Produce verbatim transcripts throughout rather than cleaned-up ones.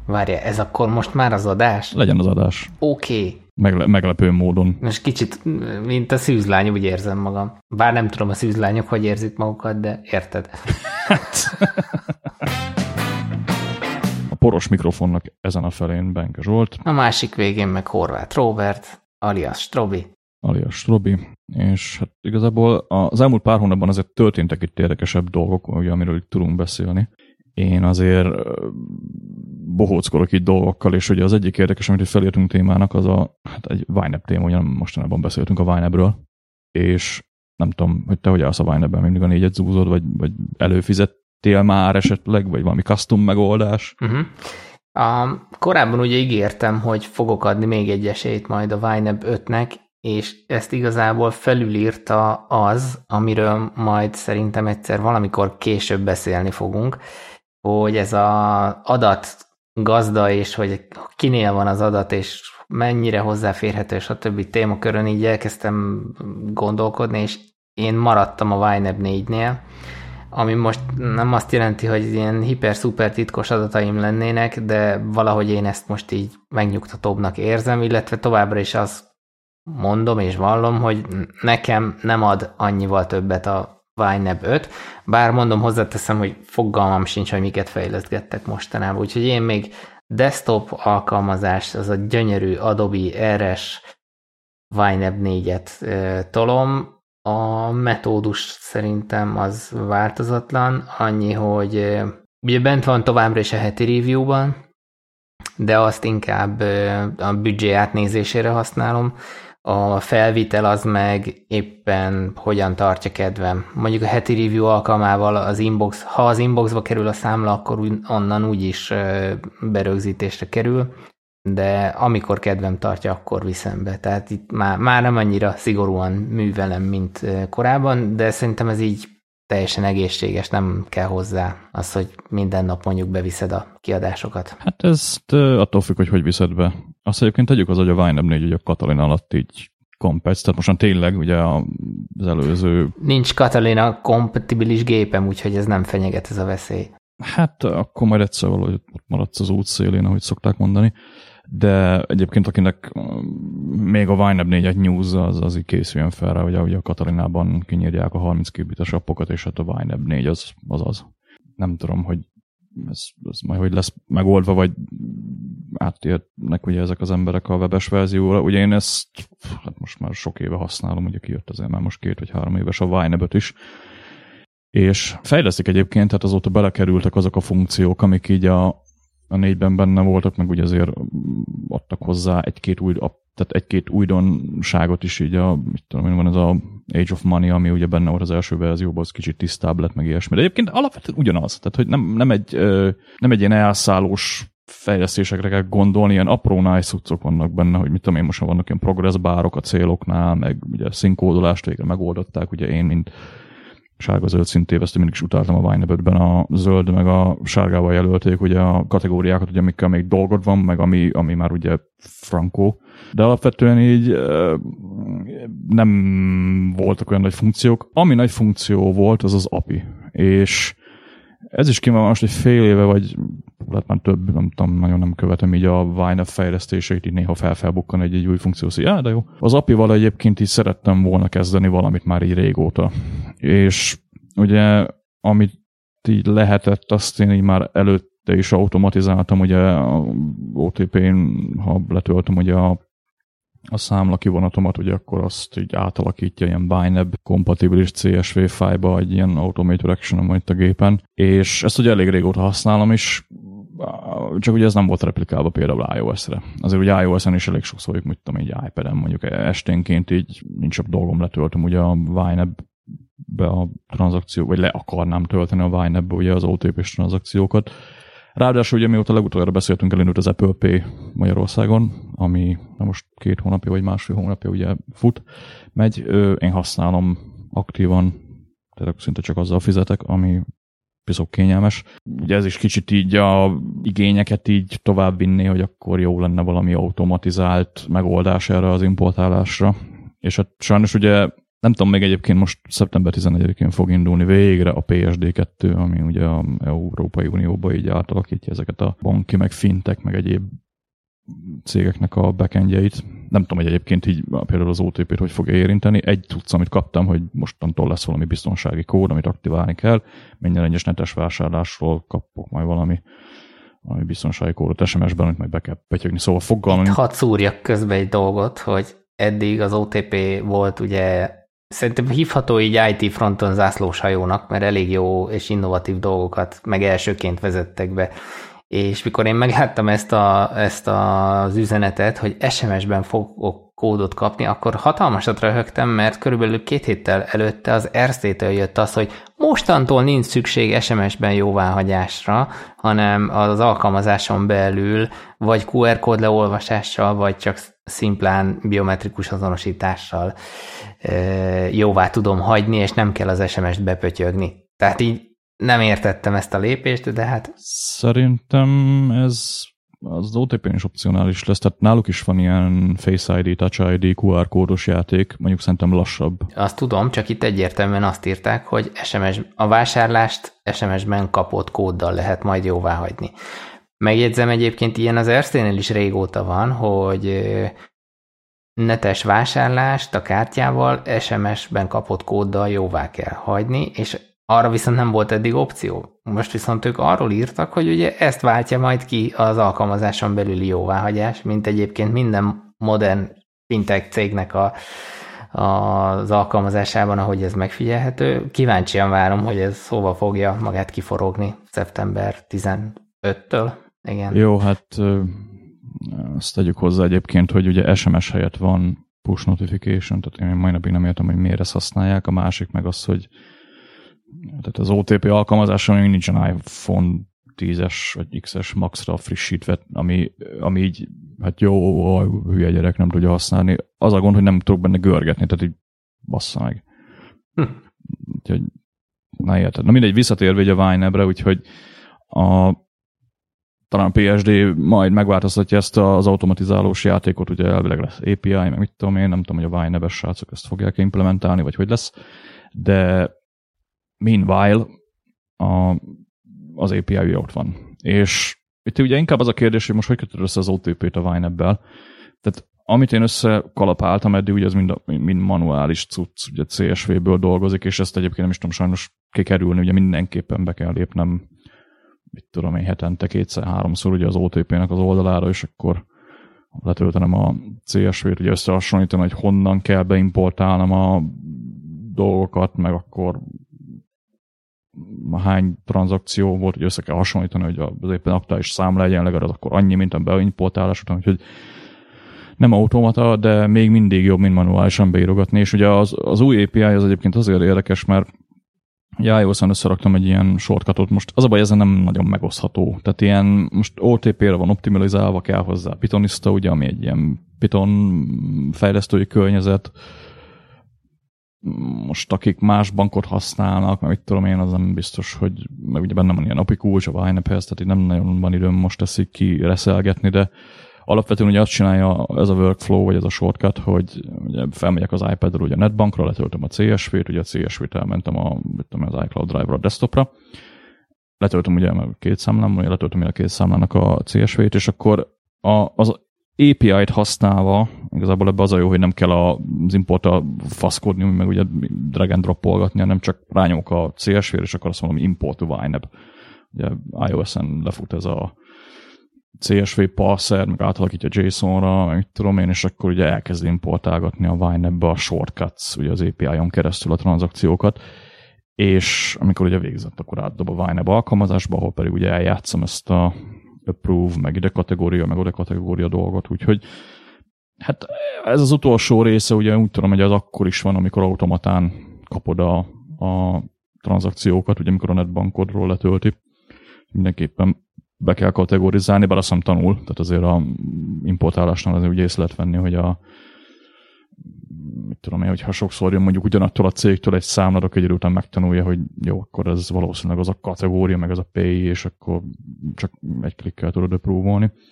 Várja, ez akkor most már az adás? Legyen az adás. Oké. Okay. Megle- meglepő módon. Most kicsit, mint a szűzlány, úgy érzem magam. Bár nem tudom, a szűzlányok hogy érzik magukat, de érted. A poros mikrofonnak ezen a felén Benke Zsolt. A másik végén meg Horváth Róbert, alias Strobi. Alias Strobi. És hát igazából az elmúlt pár hónapban azért történtek itt érdekesebb dolgok, ugye, amiről itt tudunk beszélni. Én azért bohóckolok itt dolgokkal, és ugye az egyik érdekes, amit felírtunk témának, az a, hát egy YNAB téma, ugye mostanában beszéltünk a YNAB-ről, és nem tudom, hogy te hogy állsz a YNAB-ben, mindig a négyet zúzod, vagy, vagy előfizettél már esetleg, vagy valami custom megoldás? Uh-huh. A, korábban ugye ígértem, hogy fogok adni még egy esélyt majd a YNAB ötnek, és ezt igazából felülírta az, amiről majd szerintem egyszer valamikor később beszélni fogunk, hogy ez az adatgazda, és hogy kinél van az adat, és mennyire hozzáférhető, és a többi témakörön így elkezdtem gondolkodni, és én maradtam a YNAB négynél, ami most nem azt jelenti, hogy ilyen hiper-szuper titkos adataim lennének, de valahogy én ezt most így megnyugtatóbbnak érzem, illetve továbbra is azt mondom és vallom, hogy nekem nem ad annyival többet a YNAB öt, bár mondom, hozzáteszem, hogy fogalmam sincs, hogy miket fejlesztgettek mostanában, úgyhogy én még desktop alkalmazás, az a gyönyörű Adobe er es YNAB négyet e, tolom. A metódus szerintem az változatlan, annyi, hogy e, ugye bent van továbbra is a heti review-ban, de azt inkább e, a büdzsé átnézésére használom. A felvitel az meg éppen hogyan tartja kedvem. Mondjuk a heti review alkalmával az inbox, ha az inboxba kerül a számla, akkor onnan úgyis berögzítésre kerül, de amikor kedvem tartja, akkor viszem be. Tehát itt már, már nem annyira szigorúan művelem, mint korábban, de szerintem ez így teljesen egészséges, nem kell hozzá az, hogy minden nap mondjuk beviszed a kiadásokat. Hát ezt attól függ, hogy hogy viszed be. Azt egyébként tegyük az, hogy a YNAB négy ugye a Catalina alatt így kompetsz, tehát mostan tényleg ugye az előző... Nincs Catalina kompatibilis gépem, úgyhogy ez nem fenyeget ez a veszély. Hát akkor majd egyszer valahogy ott maradsz az útszélén, ahogy szokták mondani. De egyébként akinek még a YNAB négyet nyúzza, az, az így készüljön fel rá, ugye, ugye a Catalinában kinyírják a harminc bites appokat, és hát a YNAB négy az az. az. Nem tudom, hogy ez, ez majd hogy lesz megoldva, vagy átérnek ugye ezek az emberek a webes verzióra. Ugye én ezt hát most már sok éve használom, ugye kijött azért már most két vagy három éves a YNAB öt is. És fejlesztik egyébként, tehát azóta belekerültek azok a funkciók, amik így a, a négyben benne voltak, meg ugye azért adtak hozzá egy-két új, tehát egy-két újdonságot is így a, mit tudom én, van ez a Age of Money, ami ugye benne volt az első verzióban, az kicsit tisztább lett, meg ilyesmi. De egyébként alapvetően ugyanaz, tehát hogy nem, nem, egy, nem egy ilyen elszállós fejlesztésekre kell gondolni, ilyen apró nice cuccok vannak benne, hogy mit tudom én, most vannak ilyen progress bárok a céloknál, meg ugye színkódolást végre megoldották, ugye én, mint sárga-zöld szintévesztő, mindig is utáltam a YNAB ötben a zöld, meg a sárgával jelölték ugye a kategóriákat, ugye amikkel még dolgod van, meg ami, ami már ugye frankó. De alapvetően így nem voltak olyan nagy funkciók. Ami nagy funkció volt, az az á pé i. És ez is kíván most egy fél éve, vagy lehet már több, nem tudom, nagyon nem követem így a YNAB fejlesztéseit, így néha felfelbukkan egy, egy új funkció, hogy ja, de jó. Az á pé i-val egyébként így szerettem volna kezdeni valamit már így régóta. És ugye, amit így lehetett, azt én így már előtte is automatizáltam, ugye a o té pén, ha letöltöm ugye a a számla kivonatomat, ugye akkor azt így átalakítja ilyen YNAB kompatibilis cé es vé fájlba, egy ilyen automated action itt a gépen, és ezt ugye elég régóta használom is, csak ugye ez nem volt replikálva például iOS-re. Azért ugye iOS-en is elég sokszor, mit tudom, így iPad-en mondjuk esténként így nincs sok dolgom, letöltöm ugye a YNAB-be a tranzakció, vagy le akarnám tölteni a YNAB-be ugye az o té pés tranzakciókat. Ráadásul ugye mióta legutoljára beszéltünk, elindult az Apple Pay Magyarországon, ami na most két hónapja vagy másfél hónapja ugye fut, megy. Én használom aktívan, tehát szinte csak azzal fizetek, ami piszok kényelmes. Ugye ez is kicsit így a igényeket így tovább vinni, hogy akkor jó lenne valami automatizált megoldás erre az importálásra. És hát sajnos ugye Nem tudom, még egyébként most szeptember tizenegyedikén fog indulni végre a pé es dé kettő, ami ugye a Európai Unióban így átalakítja ezeket a banki, meg fintek, meg egyéb cégeknek a backendjeit. Nem tudom, hogy egyébként így például az o té pét hogy fogja érinteni. Egy tudsz, amit kaptam, hogy mostantól lesz valami biztonsági kód, amit aktiválni kell. Minden egyes netes vásárlásról kapok majd valami, valami biztonsági kódot es em es-ben, amit meg be kell petyögni. Szóval fogalmam... Hadd szúrjak közbe egy dolgot, hogy eddig az o té pé volt ugye szerintem hívható így i té fronton zászlós hajónak, mert elég jó és innovatív dolgokat meg elsőként vezettek be. És mikor én megláttam ezt, a, ezt az üzenetet, hogy es em es-ben fogok kódot kapni, akkor hatalmasat röhögtem, mert körülbelül két héttel előtte az Erste-től jött az, hogy mostantól nincs szükség es em es-ben jóváhagyásra, hanem az alkalmazáson belül vagy kú er kód leolvasással, vagy csak szimplán biometrikus azonosítással jóvá tudom hagyni, és nem kell az es em es-t bepötyögni. Tehát így nem értettem ezt a lépést, de hát... Szerintem ez az o té pén is opcionális lesz, tehát náluk is van ilyen Face i dé, Touch i dé, kú er kódos játék, mondjuk szerintem lassabb. Azt tudom, csak itt egyértelműen azt írták, hogy es em es, a vásárlást es em es-ben kapott kóddal lehet majd jóvá hagyni. Megjegyzem egyébként, ilyen az Erste-nél is régóta van, hogy netes vásárlást a kártyával es em es-ben kapott kóddal jóvá kell hagyni, és arra viszont nem volt eddig opció. Most viszont ők arról írtak, hogy ugye ezt váltja majd ki az alkalmazáson belüli jóváhagyás, mint egyébként minden modern fintech cégnek a, az alkalmazásában, ahogy ez megfigyelhető. Kíváncsian várom, hogy ez hova fogja magát kiforogni szeptember tizenötödikétől. Igen. Jó, hát azt tegyük hozzá egyébként, hogy ugye es em es helyett van push notification, tehát én mai napig nem értem, hogy miért ezt használják. A másik meg az, hogy tehát az o té pé alkalmazáson még nincsen iPhone tízes vagy iksz-es Maxra frissítve, ami, ami így, hát jó, hülye gyerek nem tudja használni. Az a gond, hogy nem tudok benne görgetni, tehát így bassza meg. Hm. Úgyhogy, na érted. Na mindegy, visszatérve egy a YNAB-re, úgyhogy a, talán a pé es dé majd megváltoztatja ezt az automatizálós játékot, ugye elvileg lesz á pé i, meg mit tudom én, nem tudom, hogy a YNAB-es srácok ezt fogják implementálni, vagy hogy lesz, de meanwhile a, az á pé i ott van. És itt ugye inkább az a kérdés, hogy most hogy kötöd össze az o té pét a YNAB-bel. Tehát amit én összekalapáltam eddig, ugye az mind, a, mind manuális cucc, ugye cé es vé-ből dolgozik, és ezt egyébként nem is tudom sajnos kikerülni, ugye mindenképpen be kell lépnem, mit tudom én, hetente kétszer-háromszor ugye az o té pének az oldalára, és akkor letöltenem a cé es vét, ugye összehasonlítani, hogy honnan kell beimportálnom a dolgokat, meg akkor hány tranzakció volt, hogy össze kell hasonlítani, hogy az éppen aktuális szám legyen, legalább akkor annyi, mint a beimportálás után, úgyhogy nem automata, de még mindig jobb, mint manuálisan beírogatni, és ugye az, az új á pé i az egyébként azért érdekes, mert ugye iOS-on összeraktam egy ilyen shortcutot, most az a baj, ezen nem nagyon megosztható, tehát ilyen most o té pére van optimalizálva, kell hozzá Pythonista, ugye, ami egy ilyen Python fejlesztői környezet. Most akik más bankot használnak, mert mit tudom én, az nem biztos, hogy meg ugye benne van ilyen á pé i kulcs a YNAB-hez, tehát így nem nagyon van időm most ezt ki reszelgetni, de alapvetően ugye azt csinálja ez a workflow, vagy ez a shortcut, hogy ugye felmegyek az iPad-ről ugye a netbankra, letöltöm a cé es vét, ugye a cé es vét elmentem a, tudom, az iCloud Drive-ra a desktopra, letöltöm ugye a két számlám, vagy letöltöm a két számlának a cé es vét, és akkor a, az á pé i-t használva, igazából ebben az a jó, hogy nem kell az importra faszkodni, meg ugye drag and droppolgatni, hanem csak rányomok a cé es vére, és akkor azt mondom, import to YNAB. Ugye iOS-en lefut ez a cé es vé parser, meg átalakítja JSON-ra, meg mit tudom én, és akkor ugye elkezd importálgatni a YNAB-be a shortcuts, ugye az á pé i-on keresztül a tranzakciókat, és amikor ugye végzett, akkor átdob a YNAB alkalmazásba, ahol pedig ugye eljátszom ezt a approve, meg ide kategória, meg oda kategória dolgot, úgyhogy hát ez az utolsó része, ugye úgy tudom, hogy az akkor is van, amikor automatán kapod a, a tranzakciókat, ugye amikor a netbankodról letölti. Mindenképpen be kell kategorizálni, bár azt nem tanul, tehát azért a importálásnál azért ugye észre lehet venni, hogy a mit tudom én, hogyha sokszor jön mondjuk ugyanattól a cégtől egy számlad, akkor egy idő után megtanulja, hogy jó, akkor ez valószínűleg az a kategória, meg az a pay, és akkor csak egy klikkel tudod approve-olni.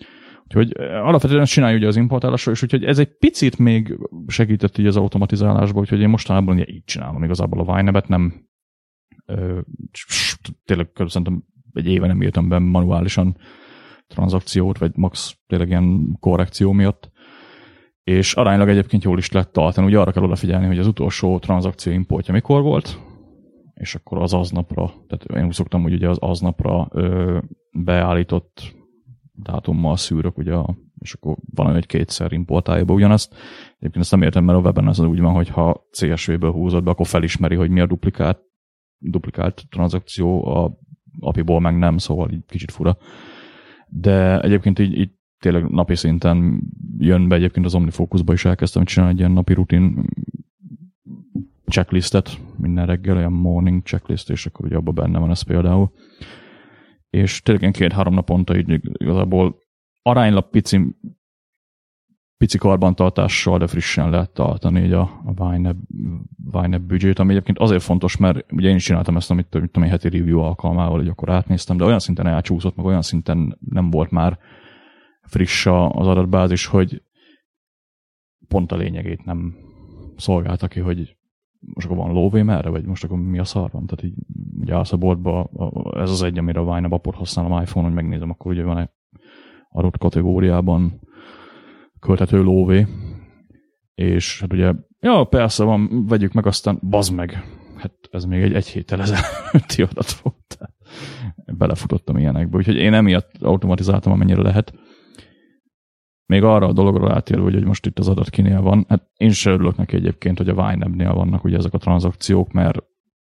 Úgyhogy alapvetően ezt csinálja ugye az importálásról, és úgyhogy ez egy picit még segített így az automatizálásba, úgyhogy én mostanában ugye így csinálom igazából a YNAB-et, nem ö, tényleg szerintem egy éve nem írtam be manuálisan tranzakciót, vagy max tényleg ilyen korrekció miatt, és aránylag egyébként jól is lett tartani. Ugye arra kell odafigyelni, hogy az utolsó tranzakció importja mikor volt, és akkor az aznapra, tehát én úgy szoktam, hogy ugye az aznapra ö, beállított dátummal szűrök, ugye, és akkor van, hogy kétszer importálja be ugyanazt. Egyébként ezt nem értem, mert a webben ez úgy van, hogy ha cé es vé-ből húzod be, akkor felismeri, hogy mi a duplikált, duplikált tranzakció, a apiból meg nem, szóval így kicsit fura. De egyébként így, így tényleg napi szinten jön be, egyébként az OmniFocusba is elkezdtem csinálni egy ilyen napi rutin checklistet minden reggel, olyan morning checklist, és akkor ugye abban benne van ez például. És tényleg két-három naponta így igazából aránylag pici, pici karbantartással, de frissen lehet tartani így a, a YNAB, YNAB büdzsét, ami egyébként azért fontos, mert ugye én is csináltam ezt, amit tudom, egy heti review alkalmával, hogy akkor átnéztem, de olyan szinten elcsúszott, meg olyan szinten nem volt már friss az adatbázis, hogy pont a lényegét nem szolgálta ki, hogy most akkor van lóvém erre, vagy most akkor mi a szar van? Tehát így ugye állsz a boltba, ez az egy, amire a YNAB appot használom iPhone-on, hogy megnézem, akkor ugye van egy adott kategóriában költhető lóvé, és hát ugye, ja, persze van, vegyük meg, aztán bazd meg. Hát ez még egy egy héttel ezelőtti adat volt. Belefutottam ilyenekbe, úgyhogy én emiatt automatizáltam, amennyire lehet. Még arra a dologra átérve, hogy most itt az adat kinél van, hát én sem örülök neki egyébként, hogy a YNAB-nél vannak ugye ezek a tranzakciók, mert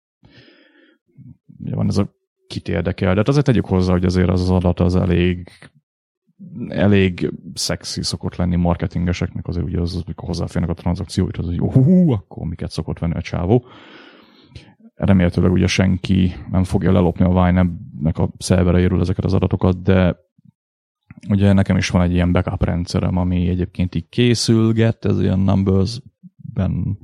ugye van ez a kit érdekel, de hát azért tegyük hozzá, hogy azért az az adat az elég elég szexi szokott lenni marketingeseknek, azért ugye az, amikor hozzáférnek a tranzakcióit, az, hogy hú, akkor miket szokott venni a csávó. Remélhetőleg ugye senki nem fogja lelopni a YNAB-nek a szervereiről ezeket az adatokat, de ugye nekem is van egy ilyen backup rendszerem, ami egyébként így készülget, ez ilyen Numbers-ben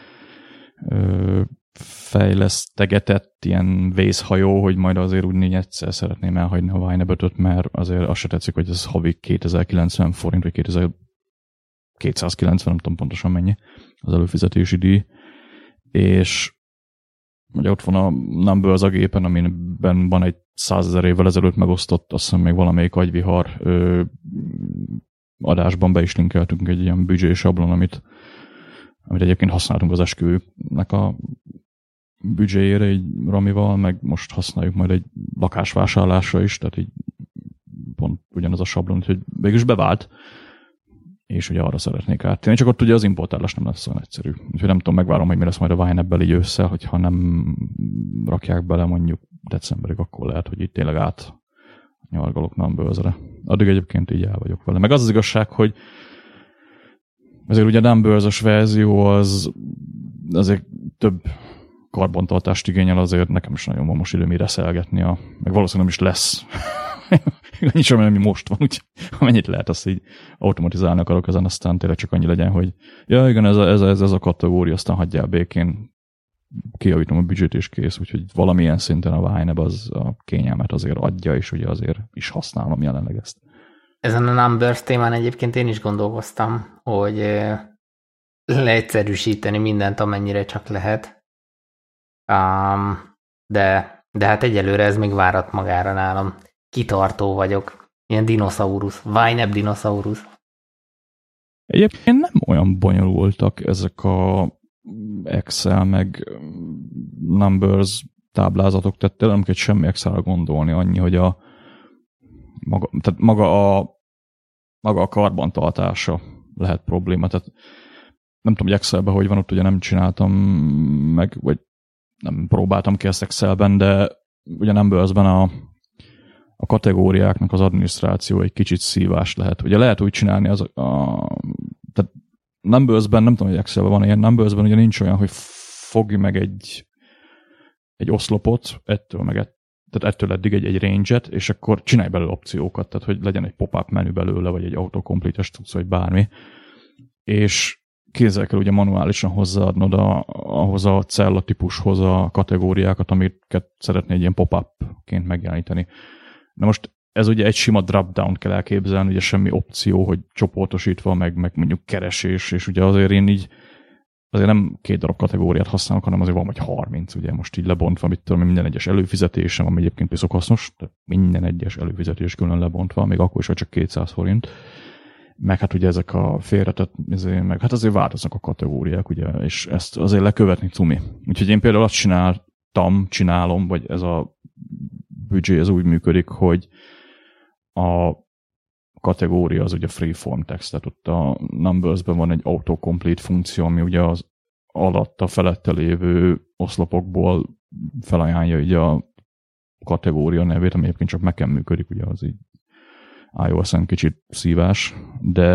ö, fejlesztegetett ilyen vészhajó, hogy majd azért úgy négy egyszer szeretném elhagyni a YNAB ötöt, mert azért azt se tetszik, hogy ez havi kétezer-kilencven forint, vagy kétezer-kétszázkilencven, nem tudom pontosan mennyi az előfizetési díj, és ugye ott van a Numbers a gépen, amiben van egy százezer évvel ezelőtt megosztott, azt hiszem még valamelyik agyvihar ö, adásban be is linkeltünk egy ilyen büdzsé sablon, amit, amit egyébként használtunk az esküvőnek a büdzséjére egy Ramival, meg most használjuk majd egy lakásvásárlásra is, tehát így pont ugyanaz a sablon, hogy végülis bevált, és ugye arra szeretnék áttérni. Csak ott ugye az importálás nem lesz olyan egyszerű. Úgyhogy nem tudom, megvárom, hogy mi lesz majd a YNAB-bel így össze, hogyha nem rakják bele mondjuk decemberig, akkor lehet, hogy itt tényleg át nyargalok Numbers-re. Addig egyébként így el vagyok vele. Meg az az igazság, hogy azért ugye a Numbers-os verzió az azért több karbantartást igényel, azért nekem is nagyon van most idő mire szelgetni, a, meg valószínűleg nem is lesz. Annyi sem, ami most van, úgyhogy amennyit lehet, azt így automatizálni akarok ezen, aztán tényleg csak annyi legyen, hogy ja, igen, ez a, ez a, ez a kategória, aztán hagyjál békén, kijavítom a büdzsét és kész, úgyhogy valamilyen szinten a YNAB az a kényelmet azért adja, és ugye azért is használom jelenleg ezt. Ezen a Numbers témán egyébként én is gondolkoztam, hogy leegyszerűsíteni mindent, amennyire csak lehet. Um, de, de hát egyelőre ez még várat magára nálam. Kitartó vagyok. Ilyen dinoszaurusz. YNAB dinoszaurusz. Egyébként nem olyan bonyolultak ezek a Excel meg Numbers táblázatok, tehát nem kell semmi Excelre gondolni, annyi, hogy a maga, tehát maga a maga a karbantartása lehet probléma. Tehát nem tudom, hogy Excelben hogy van, ott ugye nem csináltam meg, vagy nem próbáltam ki ezt Excelben, de ugye Numbersben a a kategóriáknak az adminisztráció egy kicsit szívás lehet. Ugye lehet úgy csinálni, az a, tehát Numbersben, nem tudom, hogy Excelben van ilyen, Numbersben ugye nincs olyan, hogy fogj meg egy, egy oszlopot, ettől meg ett, tehát ettől eddig egy, egy range-et, és akkor csinálj belőle opciókat, tehát hogy legyen egy pop-up menü belőle, vagy egy autocomplete-es tudsz, vagy bármi. És kézzel kell ugye manuálisan hozzáadnod a, ahhoz a cellatípushoz a kategóriákat, amiket szeretnél egy ilyen pop-up-ként megjeleníteni. Na most ez ugye egy sima drop-down kell elképzelni, ugye semmi opció, hogy csoportosítva, meg, meg mondjuk keresés, és ugye azért én így azért nem két darab kategóriát használok, hanem azért van vagy harminc, ugye most így lebontva, mit tudom, minden egyes előfizetésem, ami egyébként piszok hasznos, tehát minden egyes előfizetés külön lebontva, még akkor is, hogy csak kétszáz forint. Meg hát ugye ezek a félretett, ezért, meg hát azért változnak a kategóriák, ugye, és ezt azért lekövetni cumi. Úgyhogy én például azt csináltam, csinálom, vagy ez a büdzsé, ez úgy működik, hogy a kategória az ugye freeform text, tehát ott a Numbers-ben van egy autocomplete funkció, ami ugye az alatta felette lévő oszlopokból felajánlja ugye a kategória nevét, ami egyébként csak Mac-en működik, ugye az így iOS-en kicsit szívás, de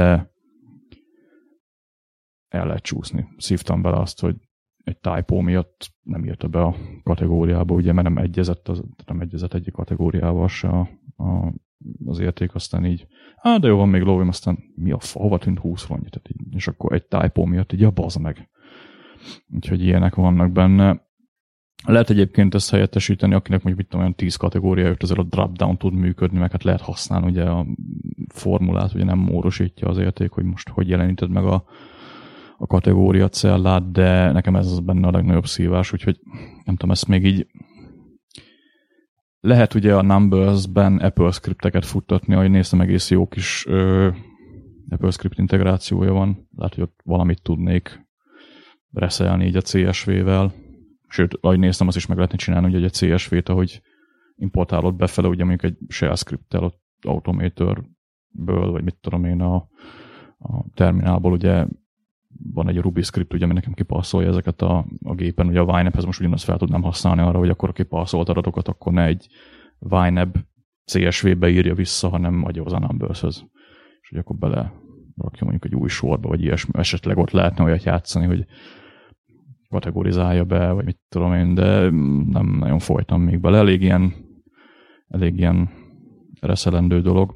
el lehet csúszni. Szívtam bele azt, hogy egy typo miatt nem írta be a kategóriába, ugye, mert nem egyezett, az, nem egyezett egyik kategóriával se a, a, az érték, aztán így, á, de jó, van még lóvim, aztán mi a fa, hova tűnt húsz forint, tehát így, és akkor egy typo miatt így, ja, bazd meg. Úgyhogy ilyenek vannak benne. Lehet egyébként ezt helyettesíteni, akinek mondjuk mit tudom, olyan tíz kategória jött, azért a drop-down tud működni, meg hát lehet használni ugye a formulát, ugye nem mórosítja az érték, hogy most hogy jeleníted meg a, a kategória cellát, de nekem ez az benne a legnagyobb szívás, úgyhogy nem tudom, ezt még így lehet ugye a Numbers-ben Apple scripteket futtatni, ahogy néztem, egész jó kis ö, Apple script integrációja van, lehet, hogy ott valamit tudnék reszelni így a cé es vé-vel. Sőt, ahogy néztem, azt is meg lehetne csinálni, hogy egy cé es vét, ahogy importálod befele, ugye mondjuk egy shell scripttel, ott Automator-ből, vagy mit tudom én, a, a terminálból ugye van egy Ruby script, ugye, ami nekem kipasszolja ezeket a, a gépen, ugye a YNAB-hez most ugyanazt fel tudnám használni arra, hogy akkor a kipasszolt adatokat, akkor ne egy YNAB cé es vé-be írja vissza, hanem adja az a Numbers-höz. És hogy akkor bele rakja mondjuk egy új sorba, vagy ilyesmi, esetleg ott lehetne olyat játszani, hogy kategorizálja be, vagy mit tudom én, de nem nagyon folytam még bele. Elég ilyen, elég ilyen reszelendő dolog.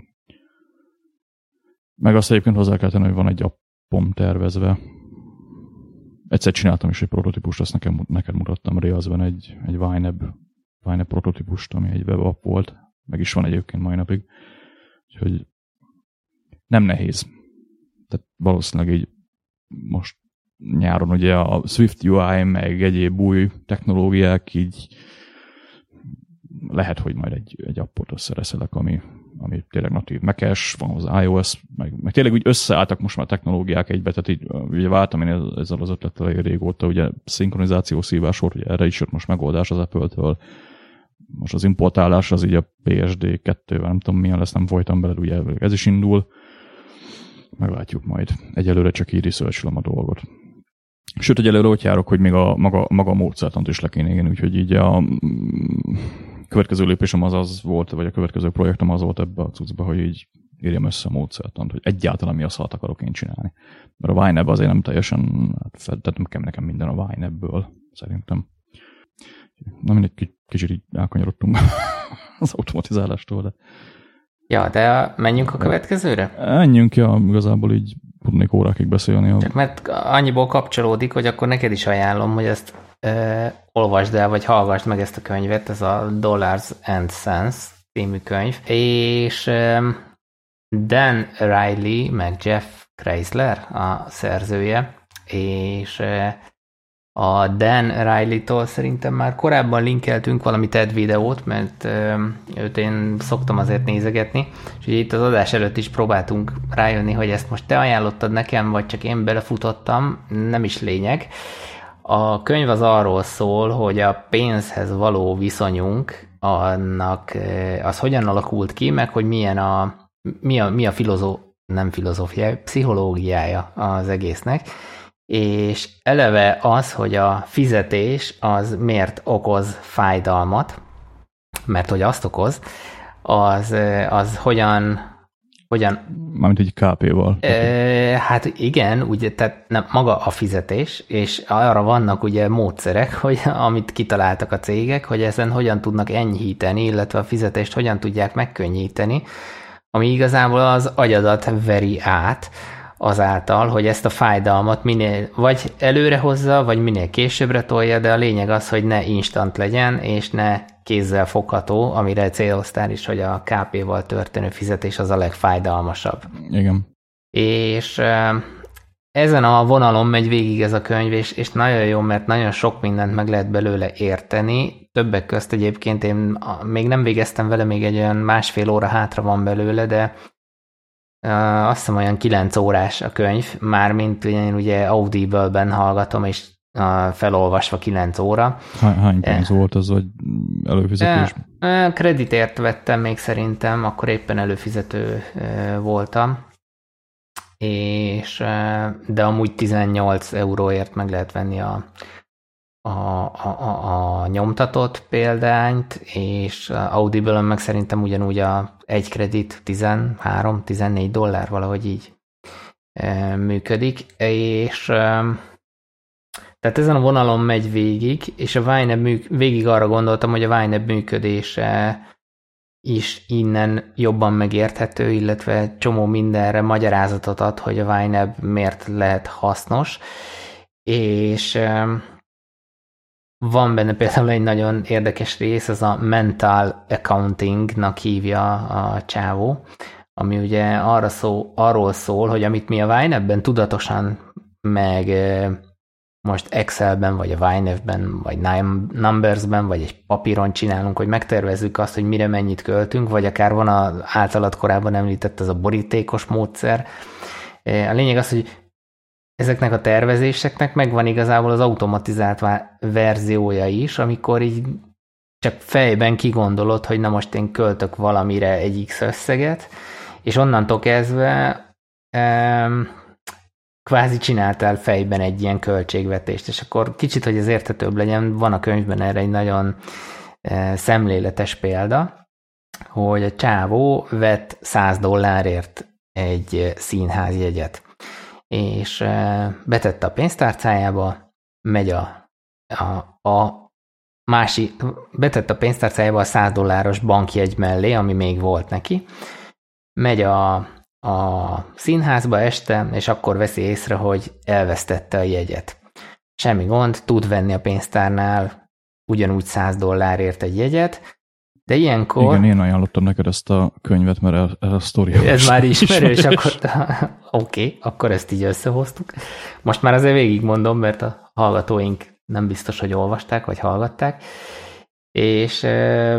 Meg azt egyébként hozzá kell tenni, hogy van egy appom tervezve. Egyszer csináltam is egy prototípust, azt nekem, neked mutattam Railsben egy, egy YNAB, YNAB prototípust, ami egy web app volt. Meg is van egyébként mai napig. Úgyhogy nem nehéz. Tehát valószínűleg így most nyáron ugye a Swift u i, meg egyéb új technológiák, így lehet, hogy majd egy, egy appot összereszelek, ami, ami tényleg natív Mac-es, van az iOS, meg, meg tényleg úgy összeálltak most már technológiák egybe, tehát így ugye váltam én ezzel az ötlettel régóta, ugye szinkronizáció szívás volt, ugye erre is jött most megoldás az Apple-től. Most az importálás az így a pé es dé kettővel, nem tudom milyen lesz, nem folytam bele, ugye ez is indul. Meglátjuk majd. Egyelőre csak így research-lom a dolgot. Sőt, egyelőre ott járok, hogy még a maga, maga a módszertant is le kéne írni, úgyhogy így a következő lépésem az az volt, vagy a következő projektem az volt ebbe a cuccba, hogy így írjam össze a módszertant, hogy egyáltalán mi a szart akarok én csinálni. Mert a YNAB azért nem teljesen, hát, tehát nem kell nekem minden a YNAB-ből, szerintem. Na mindegy, kicsit így elkanyarodtunk az automatizálástól, de... Ja, de menjünk a következőre? Menjünk, ja, igazából így tudnék órákig beszélni. A... Csak mert annyiból kapcsolódik, hogy akkor neked is ajánlom, hogy ezt ö, olvasd el, vagy hallgassd meg ezt a könyvet, ez a Dollars and Cents című könyv, és ö, Dan Riley, meg Jeff Kreisler a szerzője, és ö, a Dan Riley-tól szerintem már korábban linkeltünk valami TED videót, mert ö, őt én szoktam azért nézegetni, és ugye itt az adás előtt is próbáltunk rájönni, hogy ezt most te ajánlottad nekem, vagy csak én belefutottam, nem is lényeg. A könyv az arról szól, hogy a pénzhez való viszonyunk, annak az hogyan alakult ki, meg hogy milyen a, mi a, mi a filozó, nem filozófiája, pszichológiája az egésznek, és eleve az, hogy a fizetés az miért okoz fájdalmat, mert hogy azt okoz, az, az hogyan... hogyan Mármint egy ká pé-val. E, hát igen, ugye, tehát nem, maga a fizetés, és arra vannak ugye módszerek, hogy, amit kitaláltak a cégek, hogy ezen hogyan tudnak enyhíteni, illetve a fizetést hogyan tudják megkönnyíteni, ami igazából az agyadat veri át, azáltal, hogy ezt a fájdalmat minél vagy előre hozza, vagy minél későbbre tolja, de a lényeg az, hogy ne instant legyen, és ne kézzel fogható, amire céloztál is, hogy a ká pé-val történő fizetés az a legfájdalmasabb. Igen. És ezen a vonalon megy végig ez a könyv, és, és nagyon jó, mert nagyon sok mindent meg lehet belőle érteni. Többek közt egyébként én még nem végeztem vele, még egy olyan másfél óra hátra van belőle, de uh, azt hiszem olyan kilenc órás a könyv, mármint én ugye Audible-ben hallgatom, és uh, felolvasva kilenc óra. Hány pénz uh, volt az, vagy előfizetés? Uh, uh, kreditért vettem még szerintem, akkor éppen előfizető uh, voltam. És, de amúgy tizennyolc euróért meg lehet venni a, a, a, a, a nyomtatott példányt, és Audible-on meg szerintem ugyanúgy a egy kredit tizenhárom-tizennégy dollár, valahogy így e, működik, és e, tehát ezen a vonalon megy végig, és a YNAB műk, végig arra gondoltam, hogy a YNAB működése is innen jobban megérthető, illetve csomó mindenre magyarázatot ad, hogy a YNAB miért lehet hasznos, és van benne például egy nagyon érdekes rész, ez a mental accountingnak hívja a csávó, ami ugye arra szó, arról szól, hogy amit mi a YNAB-ben tudatosan meg most Excelben, vagy a YNAB-ben, vagy Numbers-ben, vagy egy papíron csinálunk, hogy megtervezzük azt, hogy mire mennyit költünk, vagy akár van az általad korábban említett ez a borítékos módszer. A lényeg az, hogy ezeknek a tervezéseknek megvan igazából az automatizált verziója is, amikor így csak fejben kigondolod, hogy na most én költök valamire egy X összeget, és onnantól kezdve um, kvázi csináltál fejben egy ilyen költségvetést, és akkor kicsit, hogy ez érthetőbb legyen, van a könyvben erre egy nagyon e, szemléletes példa, hogy a csávó vett száz dollárért egy színházjegyet, és e, betette a pénztárcájába, megy a, a, a másik, betette a pénztárcájába a száz dolláros bankjegy mellé, ami még volt neki, megy a a színházba este, és akkor veszi észre, hogy elvesztette a jegyet. Semmi gond, tud venni a pénztárnál ugyanúgy száz dollárért egy jegyet, de ilyenkor... Igen, én ajánlottam neked ezt a könyvet, mert ez a sztoria. Ez már ismerős, akkor oké, okay, akkor ezt így összehoztuk. Most már azért végigmondom, mert a hallgatóink nem biztos, hogy olvasták, vagy hallgatták, és...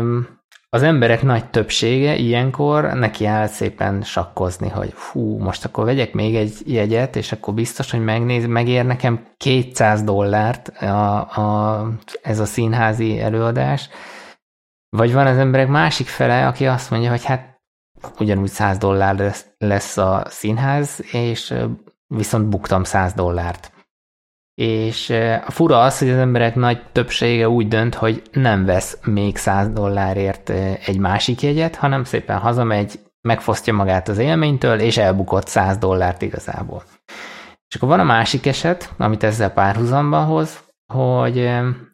az emberek nagy többsége ilyenkor neki áll szépen sakkozni, hogy fú, most akkor vegyek még egy jegyet, és akkor biztos, hogy megnéz, megér nekem kétszáz dollárt a, a, ez a színházi előadás. Vagy van az emberek másik fele, aki azt mondja, hogy hát ugyanúgy száz dollár lesz, lesz a színház, és viszont buktam száz dollárt. És a fura az, hogy az emberek nagy többsége úgy dönt, hogy nem vesz még száz dollárért egy másik jegyet, hanem szépen hazamegy, megfosztja magát az élménytől, és elbukott száz dollárt igazából. És akkor van a másik eset, amit ezzel párhuzamban hoz, hogy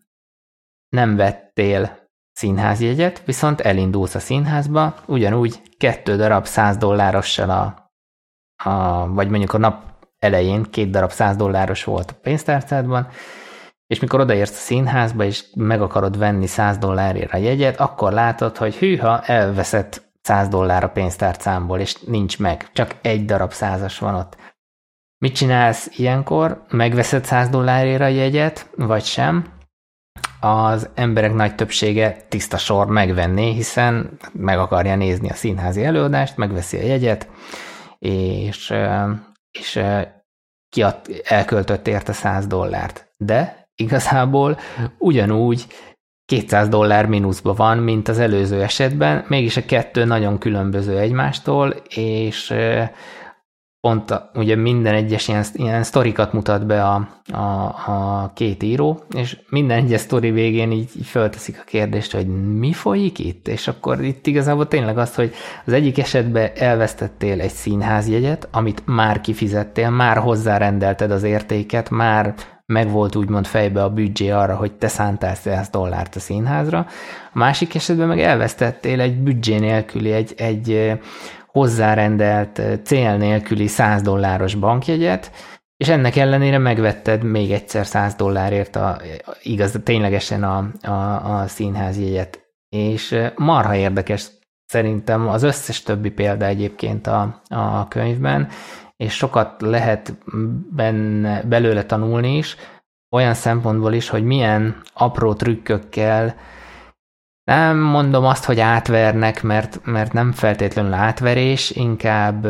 nem vettél színházjegyet, viszont elindulsz a színházba, ugyanúgy kettő darab száz dollárossal a, a vagy mondjuk a nap elején két darab száz dolláros volt a pénztárcádban, és mikor odaérsz a színházba, és meg akarod venni száz dollárért a jegyet, akkor látod, hogy hűha, elveszett száz dollár a pénztárcámból, és nincs meg, csak egy darab százas van ott. Mit csinálsz ilyenkor? Megveszed száz dollárért a jegyet, vagy sem? Az emberek nagy többsége tiszta sor megvenné, hiszen meg akarja nézni a színházi előadást, megveszi a jegyet, és... és kiad, elköltött érte száz dollárt. De igazából ugyanúgy kétszáz dollár mínuszban van, mint az előző esetben, mégis a kettő nagyon különböző egymástól, és pont a, ugye minden egyes ilyen, ilyen sztorikat mutat be a, a, a két író, és minden egyes sztori végén így, így fölteszik a kérdést, hogy mi folyik itt? És akkor itt igazából tényleg az, hogy az egyik esetben elvesztettél egy színházjegyet, amit már kifizettél, már hozzárendelted az értéket, már megvolt úgymond fejbe a büdzsé arra, hogy te szántál száz dollárt a színházra. A másik esetben meg elvesztettél egy büdzsé nélküli, egy, egy hozzárendelt, cél nélküli száz dolláros bankjegyet, és ennek ellenére megvetted még egyszer száz dollárért a, igaz, ténylegesen a, a, a színházjegyet. és marha érdekes szerintem az összes többi példa egyébként a, a könyvben, és sokat lehet benne, belőle tanulni is, olyan szempontból is, hogy milyen apró trükkökkel, nem mondom azt, hogy átvernek, mert, mert nem feltétlenül átverés, inkább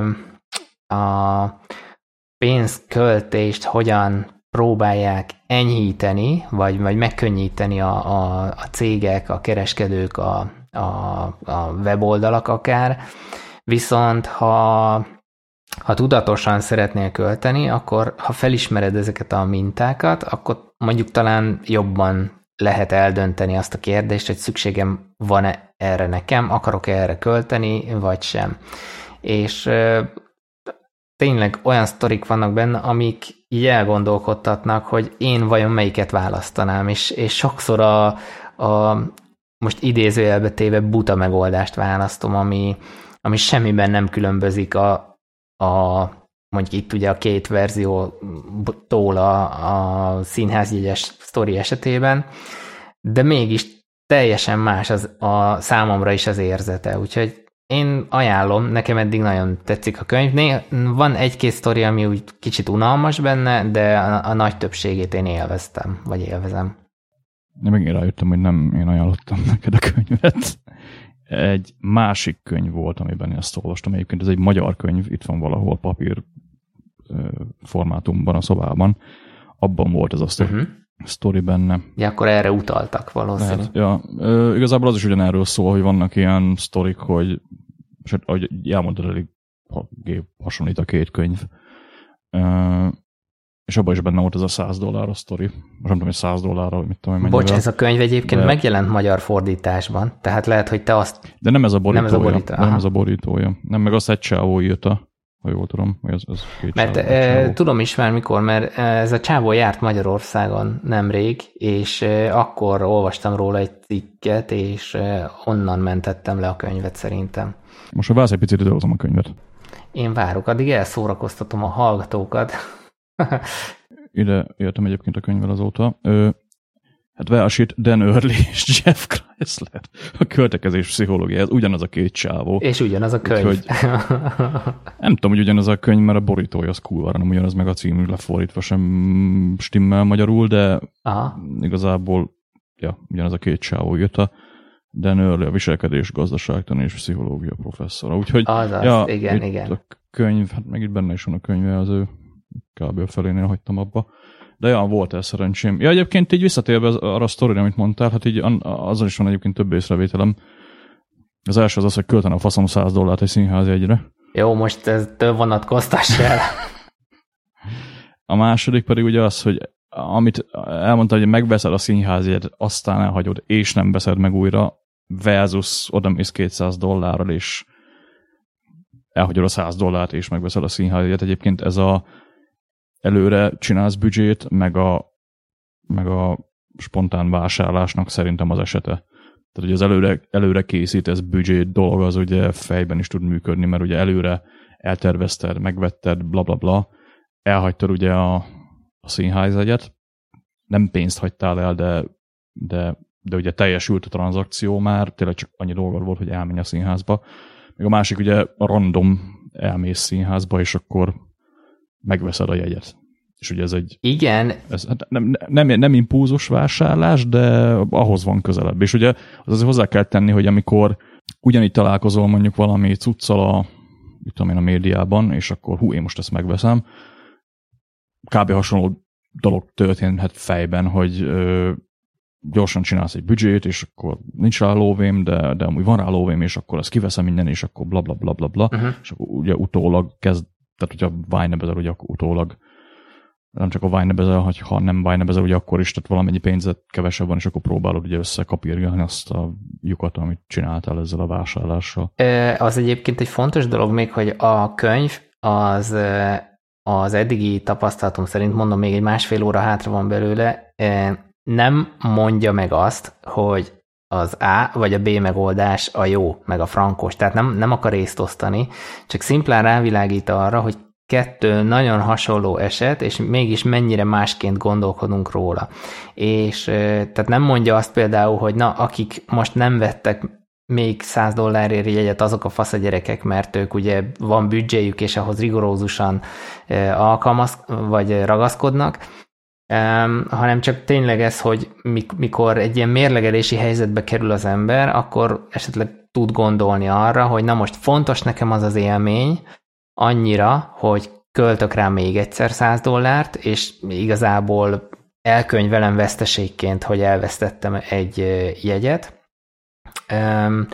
a pénzköltést hogyan próbálják enyhíteni, vagy, vagy megkönnyíteni a, a, a cégek, a kereskedők, a, a, a weboldalak akár. Viszont ha, ha tudatosan szeretnél költeni, akkor ha felismered ezeket a mintákat, akkor mondjuk talán jobban lehet eldönteni azt a kérdést, hogy szükségem van-e erre nekem, akarok-e erre költeni, vagy sem. És tényleg olyan sztorik vannak benne, amik így elgondolkodtatnak, hogy én vajon melyiket választanám, és, és sokszor a, a most idézőjelbe téve buta megoldást választom, ami, ami semmiben nem különbözik a, a mondjuk itt ugye a két verziótól a, a színházjegyes sztori esetében, de mégis teljesen más az a számomra is az érzete, úgyhogy én ajánlom, nekem eddig nagyon tetszik a könyv. Né, van egy-két sztori, ami úgy kicsit unalmas benne, de a, a nagy többségét én élveztem, vagy élvezem. Én megint rájöttem, hogy nem én ajánlottam neked a könyvet. Egy másik könyv volt, amiben én ezt olvastam. Egyébként ez egy magyar könyv, itt van valahol papír formátumban a szobában. Abban volt ez a sztori, uh-huh. sztori benne. Ja, akkor erre utaltak valószínűleg. Ja, ö, igazából az is ugyanerről szól, hogy vannak ilyen sztorik, hogy és ahogy elmondtad, elég hasonlít a két könyv. Ö, és abban is benne volt ez a száz dolláros sztori. Most nem tudom, hogy száz dollárra, mit tudom, hogy Bocs, ez a könyv egyébként de... megjelent magyar fordításban, tehát lehet, hogy te azt... De nem ez a borítója. Nem ez a, borító, nem ez a borítója. Nem, meg azt egy csávó írta, ha jól tudom, hogy ez, ez két Mert csávó, e, tudom is már mikor, mert ez a csávó járt Magyarországon nemrég, és e, akkor olvastam róla egy cikket, és e, onnan mentettem le a könyvet szerintem. Most ha válsz egy picit, időhozom a könyvet. Én várok, addig elszórakoztatom a hallgatókat. Ide jöttem egyébként a könyvvel azóta. Ö, hát Welshit, Dan Early és Jeff Chrysler. A költekezés pszichológia, ez ugyanaz a két csávó. És ugyanaz a könyv. Úgyhogy, nem tudom, hogy ugyanaz a könyv, mert a borítója az kurvára, nem ugyanaz, meg a cím lefordítva sem stimmel magyarul, de Aha. igazából ja, ugyanaz a két csávó jött a Dan Early, a viselkedés, gazdaságtan és pszichológia professzora. Úgyhogy Azaz, ja, igen, igen. A könyv, hát meg itt benne is van a könyve, az ő kb. A felénél hagytam abba. De ja, volt el szerencsém. Ja, egyébként így visszatérve arra a sztorira, amit mondtál, hát így azzal is van egyébként több észrevételem. Az első az az, hogy költene a faszom száz dollárt egy színházjegyre. Jó, most ez több vonatkoztass el. A második pedig ugye az, hogy amit elmondta, hogy megveszed a színházjegyet, aztán elhagyod, és nem veszed meg újra, versus odamész kétszáz dollárral, és elhagyod a száz dollárt, és megveszed a színházjegyet. Egyébként ez a előre csinálsz büdzsét, meg a, meg a spontán vásárlásnak szerintem az esete. Tehát, hogy az előre, előre készítesz büdzsét dolog, az ugye fejben is tud működni, mert ugye előre eltervezted, megvetted, bla bla bla, elhagytad ugye a, a színházjegyet, nem pénzt hagytál el, de, de, de ugye teljesült a tranzakció már, tényleg csak annyi dolgod volt, hogy elmenj a színházba. Még a másik ugye a random elmész színházba, és akkor megveszed a jegyet. És ugye ez egy... Igen. Ez, hát nem, nem, nem impulzus vásárlás, de ahhoz van közelebb. És ugye az azért hozzá kell tenni, hogy amikor ugyanígy találkozol mondjuk valami cuccal a, mit tudom én, a médiában, és akkor hú, én most ezt megveszem, kb. Hasonló dolog történhet fejben, hogy ö, gyorsan csinálsz egy büdzsét, és akkor nincs rá lóvém, de, de amúgy van rá lóvém, és akkor ezt kiveszem minden, és akkor bla bla bla bla bla, uh-huh. és akkor ugye utólag kezd, tehát hogyha Wine-bezel, ugye akkor utólag nem csak a Wine-bezel, hogy ha nem Wine-bezel, ugye akkor is, tehát valamennyi pénzet kevesebb van, és akkor próbálod ugye összekapírgálni azt a lyukat, amit csináltál ezzel a vásárlással. Az egyébként egy fontos dolog még, hogy a könyv az, az eddigi tapasztalatom szerint, mondom, még egy másfél óra hátra van belőle, nem mondja meg azt, hogy az A vagy a B megoldás a jó, meg a frankos. Tehát nem, nem akar részt osztani, csak szimplán rávilágít arra, hogy kettő nagyon hasonló eset, és mégis mennyire másként gondolkodunk róla. És tehát nem mondja azt például, hogy na, akik most nem vettek még száz dollárért jegyet, azok a fasz a gyerekek, mert ők ugye van büdzséjük, és ahhoz rigorózusan alkalmaz, vagy ragaszkodnak, Um, hanem csak tényleg ez, hogy mikor egy ilyen mérlegelési helyzetbe kerül az ember, akkor esetleg tud gondolni arra, hogy na most fontos nekem az az élmény annyira, hogy költök rá még egyszer száz dollárt, és igazából elkönyvelem veszteségként, hogy elvesztettem egy jegyet. Um,